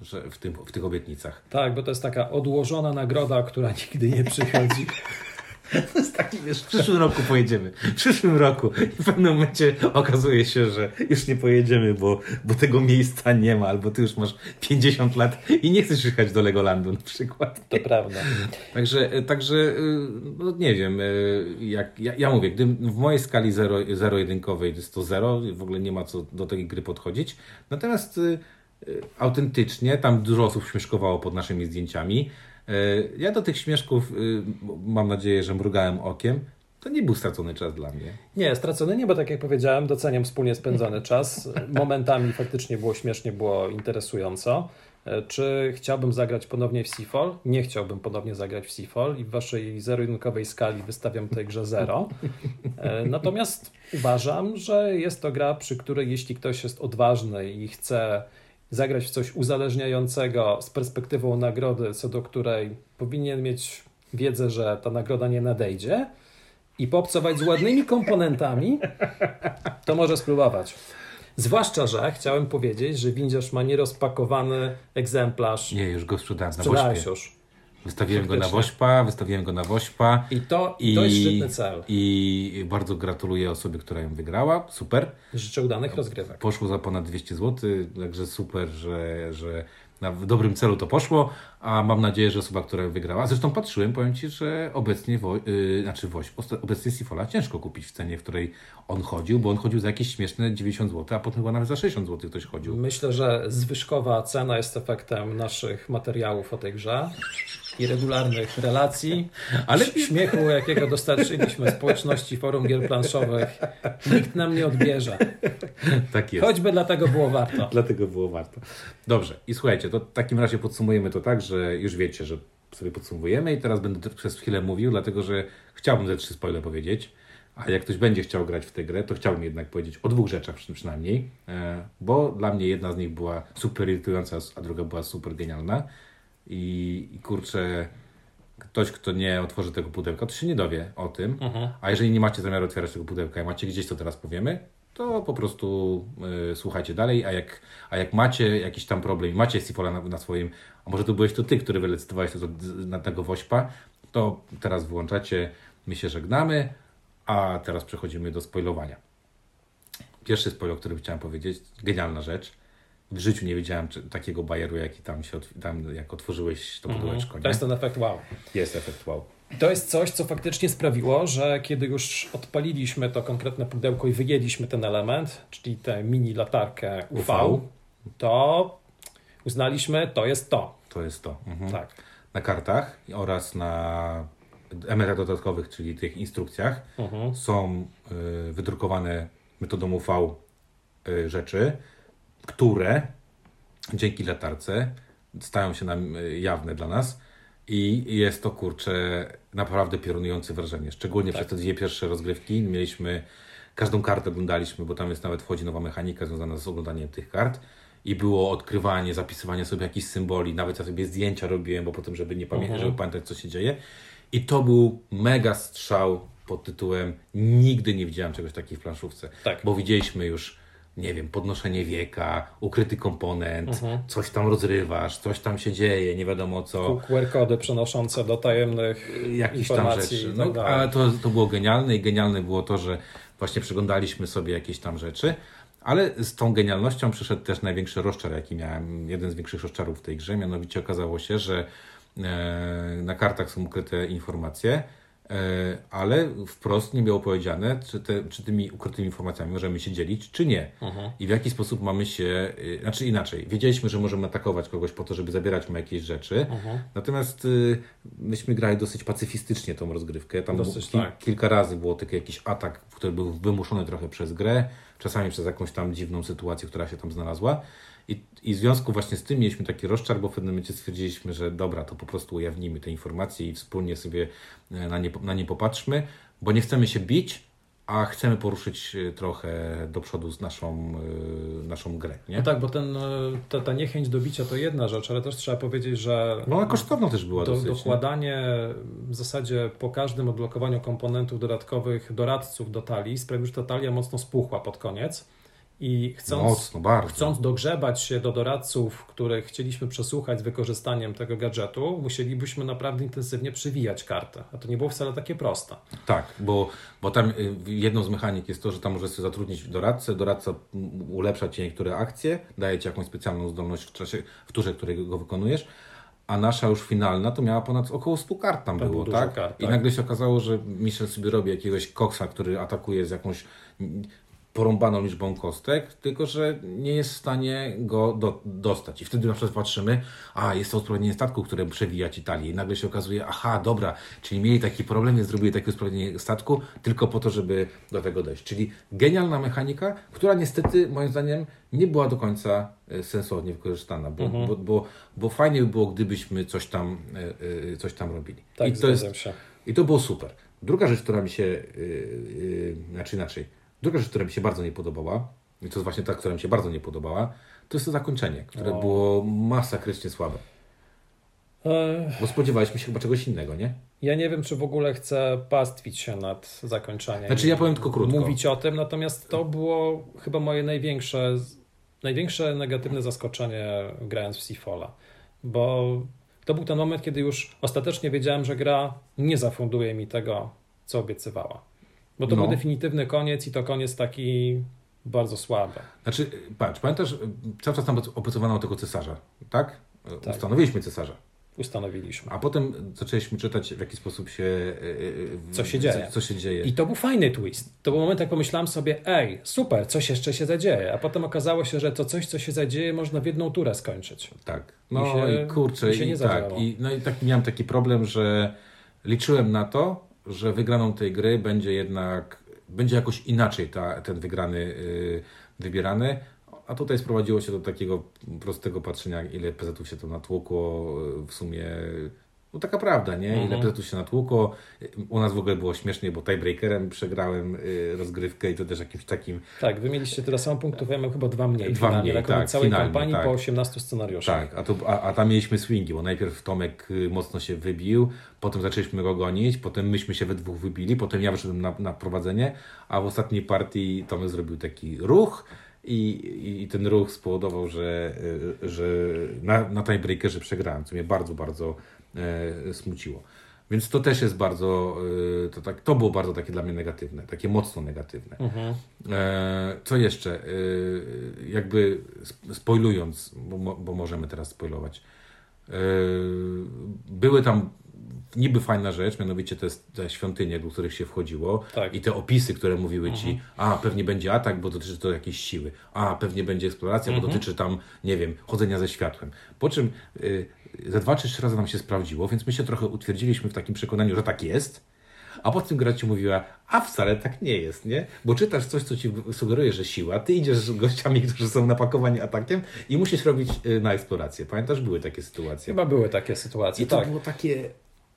w tych obietnicach. Tak, bo to jest taka odłożona nagroda, która nigdy nie przychodzi. To jest taki, wiesz, w przyszłym roku pojedziemy. W przyszłym roku. I w pewnym momencie okazuje się, że już nie pojedziemy, bo tego miejsca nie ma, albo ty już masz 50 lat i nie chcesz jechać do Legolandu na przykład. To prawda. Także no nie wiem, ja mówię, gdy w mojej skali zero-jedynkowej jest to 0, w ogóle nie ma co do tej gry podchodzić. Natomiast autentycznie, tam dużo osób śmieszkowało pod naszymi zdjęciami. Ja do tych śmieszków, mam nadzieję, że mrugałem okiem. To nie był stracony czas dla mnie. Nie, stracony nie, bo tak jak powiedziałem, doceniam wspólnie spędzony czas. Momentami faktycznie było śmiesznie, było interesująco. Czy chciałbym zagrać ponownie w Seafall? Nie chciałbym ponownie zagrać w Seafall i w waszej zero-jedynkowej skali wystawiam tej grze 0. Natomiast uważam, że jest to gra, przy której jeśli ktoś jest odważny i chce zagrać w coś uzależniającego z perspektywą nagrody, co do której powinien mieć wiedzę, że ta nagroda nie nadejdzie i poobcować z ładnymi komponentami, to może spróbować. Zwłaszcza, że chciałem powiedzieć, że windziarz ma nierozpakowany egzemplarz. Nie, już go sprzedałem na Sprzedałeś Wośpie. już. Wystawiłem go na Wośpa. I to jest szczytny cel. I bardzo gratuluję osobie, która ją wygrała. Super. Życzę udanych rozgrywek. Poszło za ponad 200 zł, także super, że w dobrym celu to poszło, a mam nadzieję, że osoba, która ją wygrała. Zresztą patrzyłem, powiem Ci, że obecnie obecnie Seafalla ciężko kupić w cenie, w której on chodził, bo on chodził za jakieś śmieszne 90 zł, a potem chyba nawet za 60 zł ktoś chodził. Myślę, że zwyżkowa cena jest efektem naszych materiałów o tej grze i regularnych relacji, ale śmiechu, jakiego dostarczyliśmy społeczności forum gier planszowych, nikt nam nie odbierze. Tak jest. Choćby dlatego było warto. Dlatego było warto. Dobrze. I słuchajcie, to w takim razie podsumujemy to tak, że już wiecie, że sobie podsumowujemy i teraz będę przez chwilę mówił, dlatego że chciałbym ze 3 spoile powiedzieć, a jak ktoś będzie chciał grać w tę grę, to chciałbym jednak powiedzieć o 2 rzeczach przynajmniej, bo dla mnie jedna z nich była super irytująca, a druga była super genialna. I kurczę, ktoś, kto nie otworzy tego pudełka, to się nie dowie o tym. A jeżeli nie macie zamiaru otwierać tego pudełka i macie gdzieś, co teraz powiemy, to po prostu słuchajcie dalej, a jak macie jakiś tam problem i macie Seafalla na swoim, a może to byłeś to ty, który wylicytowałeś to na tego Wośpa, to teraz wyłączacie, my się żegnamy, a teraz przechodzimy do spoilowania. Pierwszy spoil, o którym chciałem powiedzieć, genialna rzecz. W życiu nie wiedziałem takiego bajeru, jaki tam jak otworzyłeś to pudełeczko. To jest ten efekt wow. Jest efekt wow. To jest coś, co faktycznie sprawiło, że kiedy już odpaliliśmy to konkretne pudełko i wyjęliśmy ten element, czyli tę mini latarkę UV, to uznaliśmy, to jest to. To jest to. Tak. Na kartach oraz na elementach dodatkowych, czyli tych instrukcjach są wydrukowane metodą UV rzeczy, które dzięki latarce stają się nam jawne dla nas i jest to, kurczę, naprawdę piorunujące wrażenie. Szczególnie przez te 2 pierwsze rozgrywki mieliśmy, każdą kartę oglądaliśmy, bo tam wchodzi nowa mechanika związana z oglądaniem tych kart i było odkrywanie, zapisywanie sobie jakichś symboli, nawet ja sobie zdjęcia robiłem, bo potem, żeby nie żeby pamiętać, co się dzieje. I to był mega strzał pod tytułem nigdy nie widziałem czegoś takiego w planszówce, bo widzieliśmy już, nie wiem, podnoszenie wieka, ukryty komponent, coś tam rozrywasz, coś tam się dzieje, nie wiadomo co. QR-kody przenoszące do tajemnych informacji. Tam rzeczy. Ale to było genialne i genialne było to, że właśnie przeglądaliśmy sobie jakieś tam rzeczy, ale z tą genialnością przyszedł też największy rozczar, jaki miałem, jeden z większych rozczarów w tej grze, mianowicie okazało się, że na kartach są ukryte informacje, ale wprost nie było powiedziane, czy tymi ukrytymi informacjami możemy się dzielić, czy nie. I w jaki sposób mamy się, znaczy inaczej, wiedzieliśmy, że możemy atakować kogoś po to, żeby zabierać mu jakieś rzeczy, natomiast myśmy grali dosyć pacyfistycznie tą rozgrywkę. Tam kilka razy było taki jakiś atak, który był wymuszony trochę przez grę, czasami przez jakąś tam dziwną sytuację, która się tam znalazła. I w związku właśnie z tym mieliśmy taki rozczar, bo w pewnym momencie stwierdziliśmy, że dobra, to po prostu ujawnimy te informacje i wspólnie sobie na nie popatrzmy, bo nie chcemy się bić, a chcemy poruszyć trochę do przodu z naszą grę. Nie? No tak, bo ta niechęć do bicia to jedna rzecz, ale też trzeba powiedzieć, że no ona kosztowna też była dosyć. Dokładanie w zasadzie po każdym odblokowaniu komponentów dodatkowych doradców do talii sprawił, że ta talia mocno spuchła pod koniec. I chcąc dogrzebać się do doradców, których chcieliśmy przesłuchać z wykorzystaniem tego gadżetu, musielibyśmy naprawdę intensywnie przywijać kartę. A to nie było wcale takie proste. Tak, bo tam jedną z mechanik jest to, że tam możesz sobie zatrudnić doradcę. Doradca ulepsza Ci niektóre akcje, daje Ci jakąś specjalną zdolność w turze, której go wykonujesz. A nasza już finalna to miała około 100 kart tam było, tak? Kart, I nagle się okazało, że Michel sobie robi jakiegoś koksa, który atakuje z jakąś porąbaną liczbą kostek, tylko że nie jest w stanie go dostać. I wtedy na przykład patrzymy, jest to usprawnienie statku, które przewija Ci talię. I nagle się okazuje, dobra, czyli mieli taki problem, więc zrobili takie usprawnienie statku tylko po to, żeby do tego dojść. Czyli genialna mechanika, która niestety moim zdaniem nie była do końca sensownie wykorzystana, bo fajnie by było, gdybyśmy coś tam robili. Tak, I to było super. Druga rzecz, która mi się, Druga rzecz, która mi się bardzo nie podobała, i to jest właśnie ta, która mi się bardzo nie podobała, to jest to zakończenie, które było masakrycznie słabe. Bo spodziewaliśmy się chyba czegoś innego, nie? Ja nie wiem, czy w ogóle chcę pastwić się nad zakończeniem. Znaczy ja powiem tylko krótko. Mówić o tym, natomiast to było chyba moje największe negatywne zaskoczenie grając w Seafalla. Bo to był ten moment, kiedy już ostatecznie wiedziałem, że gra nie zafunduje mi tego, co obiecywała. Bo to był definitywny koniec i to koniec taki bardzo słaby. Znaczy, patrz, pamiętasz, cały czas tam opracowano tego cesarza, tak? Ustanowiliśmy cesarza. Ustanowiliśmy. A potem zaczęliśmy czytać, w jaki sposób co się dzieje. I to był fajny twist. To był moment, jak pomyślałem sobie, super, coś jeszcze się zadzieje. A potem okazało się, że to coś, co się zadzieje, można w jedną turę skończyć. Tak. I miałem taki problem, że liczyłem na to, że wygraną tej gry będzie jakoś inaczej ten wygrany wybierany, a tutaj sprowadziło się do takiego prostego patrzenia, ile PZ-ów się to natłukło, w sumie, taka prawda, nie? Ile PZ-ów się natłukło. U nas w ogóle było śmiesznie, bo tiebreakerem przegrałem rozgrywkę i to też jakimś takim... Tak, wy mieliście tyle samo punktów, ja miałem chyba dwa mniej. Całej kampanii po 18 scenariuszach. Tak, a tam mieliśmy swingi, bo najpierw Tomek mocno się wybił, potem zaczęliśmy go gonić, potem myśmy się we dwóch wybili, potem ja wyszedłem na prowadzenie, a w ostatniej partii Tomek zrobił taki ruch i ten ruch spowodował, że na tiebreakerze przegrałem, co mnie bardzo, bardzo smuciło. Więc to też jest bardzo, to było bardzo takie dla mnie negatywne, takie mocno negatywne. Co jeszcze? Jakby spoilując, bo możemy teraz spoilować, były tam niby fajna rzecz, mianowicie te świątynie, do których się wchodziło i te opisy, które mówiły Ci, pewnie będzie atak, bo dotyczy to jakiejś siły, pewnie będzie eksploracja, bo dotyczy tam, nie wiem, chodzenia ze światłem. Po czym ze 2 czy 3 razy nam się sprawdziło, więc my się trochę utwierdziliśmy w takim przekonaniu, że tak jest, a potem gra Ci mówiła, wcale tak nie jest, nie? Bo czytasz coś, co Ci sugeruje, że siła, Ty idziesz z gościami, którzy są napakowani atakiem i musisz robić na eksplorację. Pamiętasz, były takie sytuacje? Chyba były takie sytuacje, i to było takie...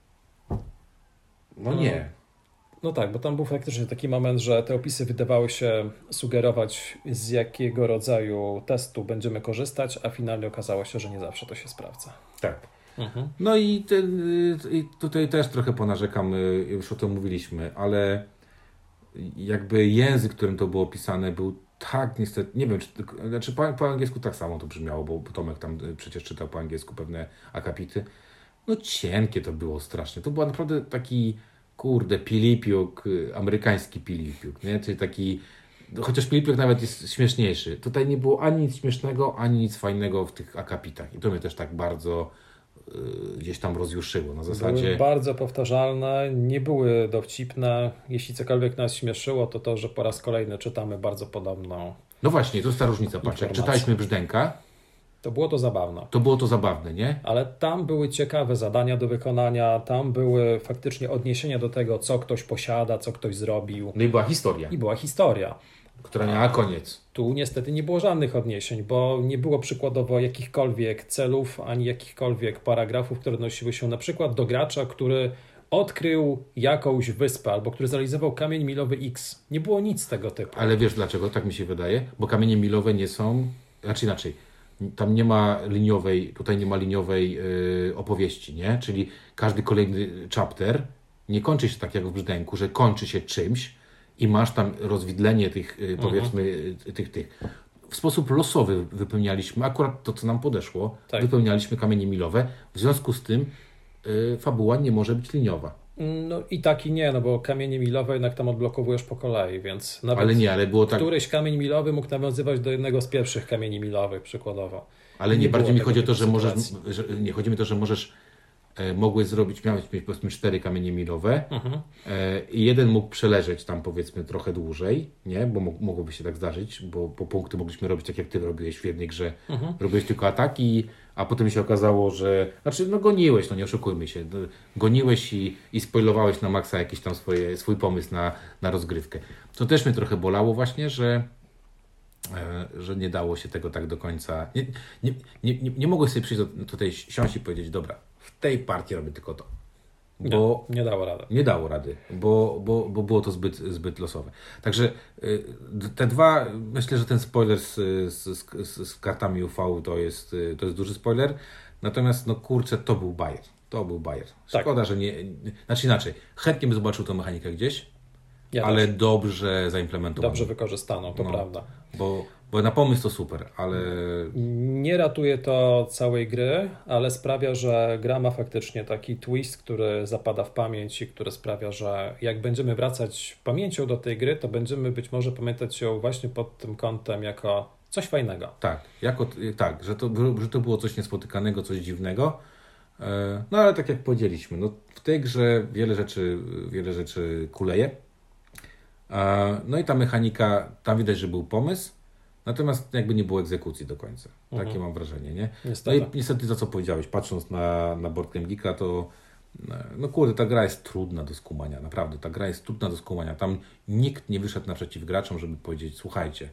nie. No tak, bo tam był faktycznie taki moment, że te opisy wydawały się sugerować, z jakiego rodzaju testu będziemy korzystać, a finalnie okazało się, że nie zawsze to się sprawdza. Tak. No i tutaj też trochę ponarzekam, już o tym mówiliśmy, ale jakby język, którym to było pisane, był tak niestety, nie wiem, znaczy po angielsku tak samo to brzmiało, bo Tomek tam przecież czytał po angielsku pewne akapity. Cienkie to było strasznie. To był naprawdę taki, pilipiuk, amerykański pilipiuk, nie? Czyli taki, chociaż pilipiuk nawet jest śmieszniejszy. Tutaj nie było ani nic śmiesznego, ani nic fajnego w tych akapitach. I to mnie też tak bardzo gdzieś tam rozjuszyło. Na zasadzie... Były bardzo powtarzalne, nie były dowcipne. Jeśli cokolwiek nas śmieszyło, to, że po raz kolejny czytamy bardzo podobną... No właśnie, to jest ta różnica. Patrz, jak czytaliśmy Brzdęka, to było to zabawne. To było to zabawne, nie? Ale tam były ciekawe zadania do wykonania, tam były faktycznie odniesienia do tego, co ktoś posiada, co ktoś zrobił. No i była historia. która miała koniec. Tu niestety nie było żadnych odniesień, bo nie było przykładowo jakichkolwiek celów, ani jakichkolwiek paragrafów, które odnosiły się na przykład do gracza, który odkrył jakąś wyspę, albo który zrealizował kamień milowy X. Nie było nic z tego typu. Ale wiesz dlaczego? Tak mi się wydaje. Bo kamienie milowe nie są... Znaczy inaczej. Tam nie ma liniowej, tutaj nie ma liniowej opowieści, nie? Czyli każdy kolejny chapter nie kończy się tak jak w Brzdęku, że kończy się czymś i masz tam rozwidlenie tych, powiedzmy, tych. W sposób losowy wypełnialiśmy, akurat to, co nam podeszło, Tak. wypełnialiśmy kamienie milowe. W związku z tym fabuła nie może być liniowa. No i tak i nie, no bo kamienie milowe jednak tam odblokowujesz po kolei, więc nawet Ale było tak... któryś kamień milowy mógł nawiązywać do jednego z pierwszych kamieni milowych, przykładowo. Ale nie bardziej mi było chodzi o tego to, że typu możesz, sytuacji. nie chodzi mi o to, że możesz, mogłeś zrobić, miałeś mieć powiedzmy 4 kamienie milowe i jeden mógł przeleżeć tam powiedzmy trochę dłużej, nie? Bo mogłoby się tak zdarzyć, bo po punkty mogliśmy robić tak jak ty robiłeś w jednej grze. Robiłeś tylko ataki, a potem się okazało, że, znaczy no goniłeś, no nie oszukujmy się, goniłeś i spoilowałeś na maksa jakiś tam swój pomysł na rozgrywkę. To też mnie trochę bolało właśnie, że nie dało się tego tak do końca. Nie mogłeś sobie przyjść tutaj siąść i powiedzieć, dobra, w tej partii robię tylko to. Bo nie dało rady. Nie dało rady, bo było to zbyt losowe. Także te dwa, myślę, że ten spoiler z kartami UV to jest duży spoiler. Natomiast no kurczę, to był bajer. To był bajer. Szkoda, że nie. Znaczy inaczej, chętnie bym zobaczył tę mechanikę gdzieś, ale też. Dobrze zaimplementowano. Dobrze wykorzystano, to prawda. Bo na pomysł to super, ale... Nie ratuje to całej gry, ale sprawia, że gra ma faktycznie taki twist, który zapada w pamięć i który sprawia, że jak będziemy wracać pamięcią do tej gry, to będziemy być może pamiętać ją właśnie pod tym kątem jako coś fajnego. Tak, że to było coś niespotykanego, coś dziwnego. No ale tak jak powiedzieliśmy, no, w tej grze wiele rzeczy kuleje. No i ta mechanika, tam widać, że był pomysł, natomiast jakby nie było egzekucji do końca. Takie mam wrażenie, nie? Niestety. No i niestety to, co powiedziałeś, patrząc na Board Game Geeka, to no kurde, ta gra jest trudna do skumania, naprawdę, ta gra jest trudna do skumania. Tam nikt nie wyszedł naprzeciw graczom, żeby powiedzieć, słuchajcie,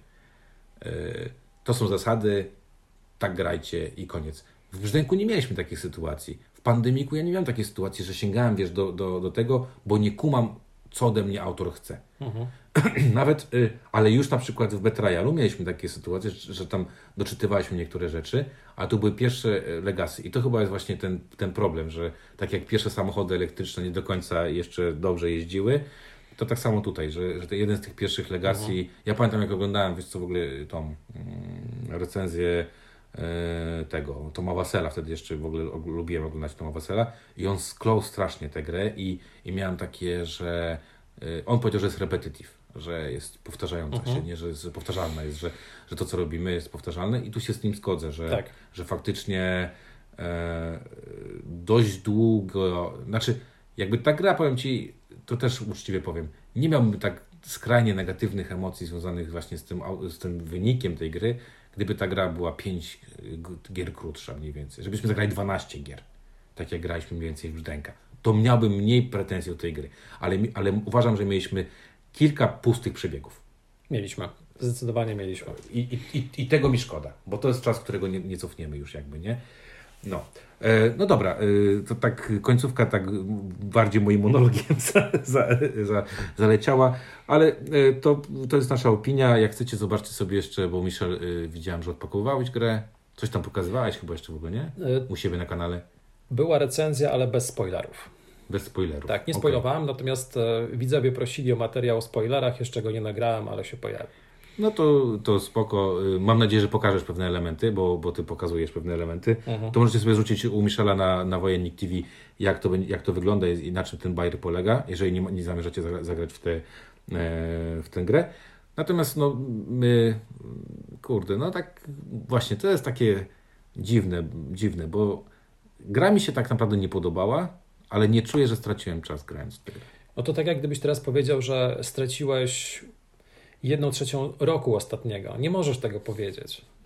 to są zasady, tak grajcie i koniec. W Brzdęku nie mieliśmy takich sytuacji. W Pandemiku ja nie miałem takiej sytuacji, że sięgałem, wiesz, do tego, bo nie kumam, co ode mnie autor chce. Nawet, ale już na przykład w Betrayalu mieliśmy takie sytuacje, że tam doczytywaliśmy niektóre rzeczy, a tu były pierwsze Legacy i to chyba jest właśnie ten problem, że tak jak pierwsze samochody elektryczne nie do końca jeszcze dobrze jeździły, to tak samo tutaj, że jeden z tych pierwszych Legacy, ja pamiętam jak oglądałem, wiesz co, w ogóle tą recenzję tego Toma Wassela, wtedy jeszcze w ogóle lubiłem oglądać Toma Wassela i on sklął strasznie tę grę i miałem takie, że on powiedział, że jest repetitive, że jest powtarzająca się, nie, że jest powtarzalna, jest, że to co robimy jest powtarzalne i tu się z nim zgodzę, że faktycznie dość długo, znaczy jakby ta gra, powiem Ci, to też uczciwie powiem, nie miałbym tak skrajnie negatywnych emocji związanych właśnie z tym wynikiem tej gry, gdyby ta gra była 5 gier krótsza mniej więcej, żebyśmy zagrali 12 gier, tak jak graliśmy mniej więcej w Brzdęka, to miałbym mniej pretensji do tej gry, ale uważam, że mieliśmy kilka pustych przebiegów. Mieliśmy, zdecydowanie mieliśmy. I tego mi szkoda, bo to jest czas, którego nie cofniemy już jakby, nie? No dobra, to tak końcówka tak bardziej moim monologiem zaleciała, ale to jest nasza opinia. Jak chcecie, zobaczcie sobie jeszcze, bo Michel, widziałem, że odpakowałeś grę. Coś tam pokazywałeś chyba jeszcze w ogóle, nie? U siebie na kanale. Była recenzja, ale bez spoilerów. Bez spoilerów. Tak, nie spoilowałem, natomiast widzowie prosili o materiał o spoilerach, jeszcze go nie nagrałem, ale się pojawi. No to spoko. Mam nadzieję, że pokażesz pewne elementy, bo ty pokazujesz pewne elementy. To możecie sobie rzucić u Michela na Wojennik TV, jak to wygląda i na czym ten bajer polega, jeżeli nie zamierzacie zagrać w tę grę. Natomiast no my, kurde, no tak właśnie, to jest takie dziwne, bo gra mi się tak naprawdę nie podobała, ale nie czuję, że straciłem czas grając w tę grę. No to tak jak gdybyś teraz powiedział, że straciłeś 1/3 roku ostatniego. Nie możesz tego powiedzieć.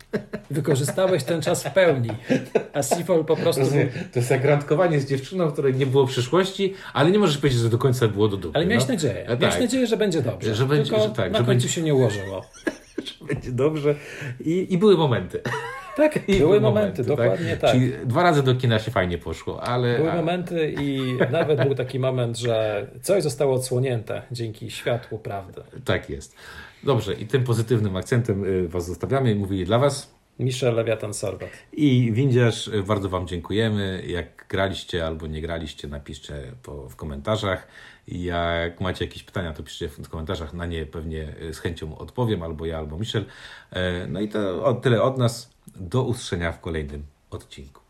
Wykorzystałeś ten czas w pełni, a Seafall po prostu... To jest jak randkowanie z dziewczyną, której nie było przyszłości, ale nie możesz powiedzieć, że do końca było do dupy. Ale miałeś nadzieję. Miałeś nadzieję, że będzie dobrze. Że będzie, tylko że tak, na że końcu będzie, się nie ułożyło. że będzie dobrze. I były momenty. Tak, były momenty, dokładnie tak. Czyli 2 razy do kina się fajnie poszło, ale... Były momenty i nawet był taki moment, że coś zostało odsłonięte dzięki światłu prawdy. Tak jest. Dobrze, i tym pozytywnym akcentem Was zostawiamy. Mówili dla Was Michel Lewiatan-Sorbet i Windziarz. Bardzo Wam dziękujemy. Jak graliście albo nie graliście, napiszcie w komentarzach. Jak macie jakieś pytania, to piszcie w komentarzach. Na nie pewnie z chęcią odpowiem, albo ja, albo Michel. No i to tyle od nas. Do usłyszenia w kolejnym odcinku.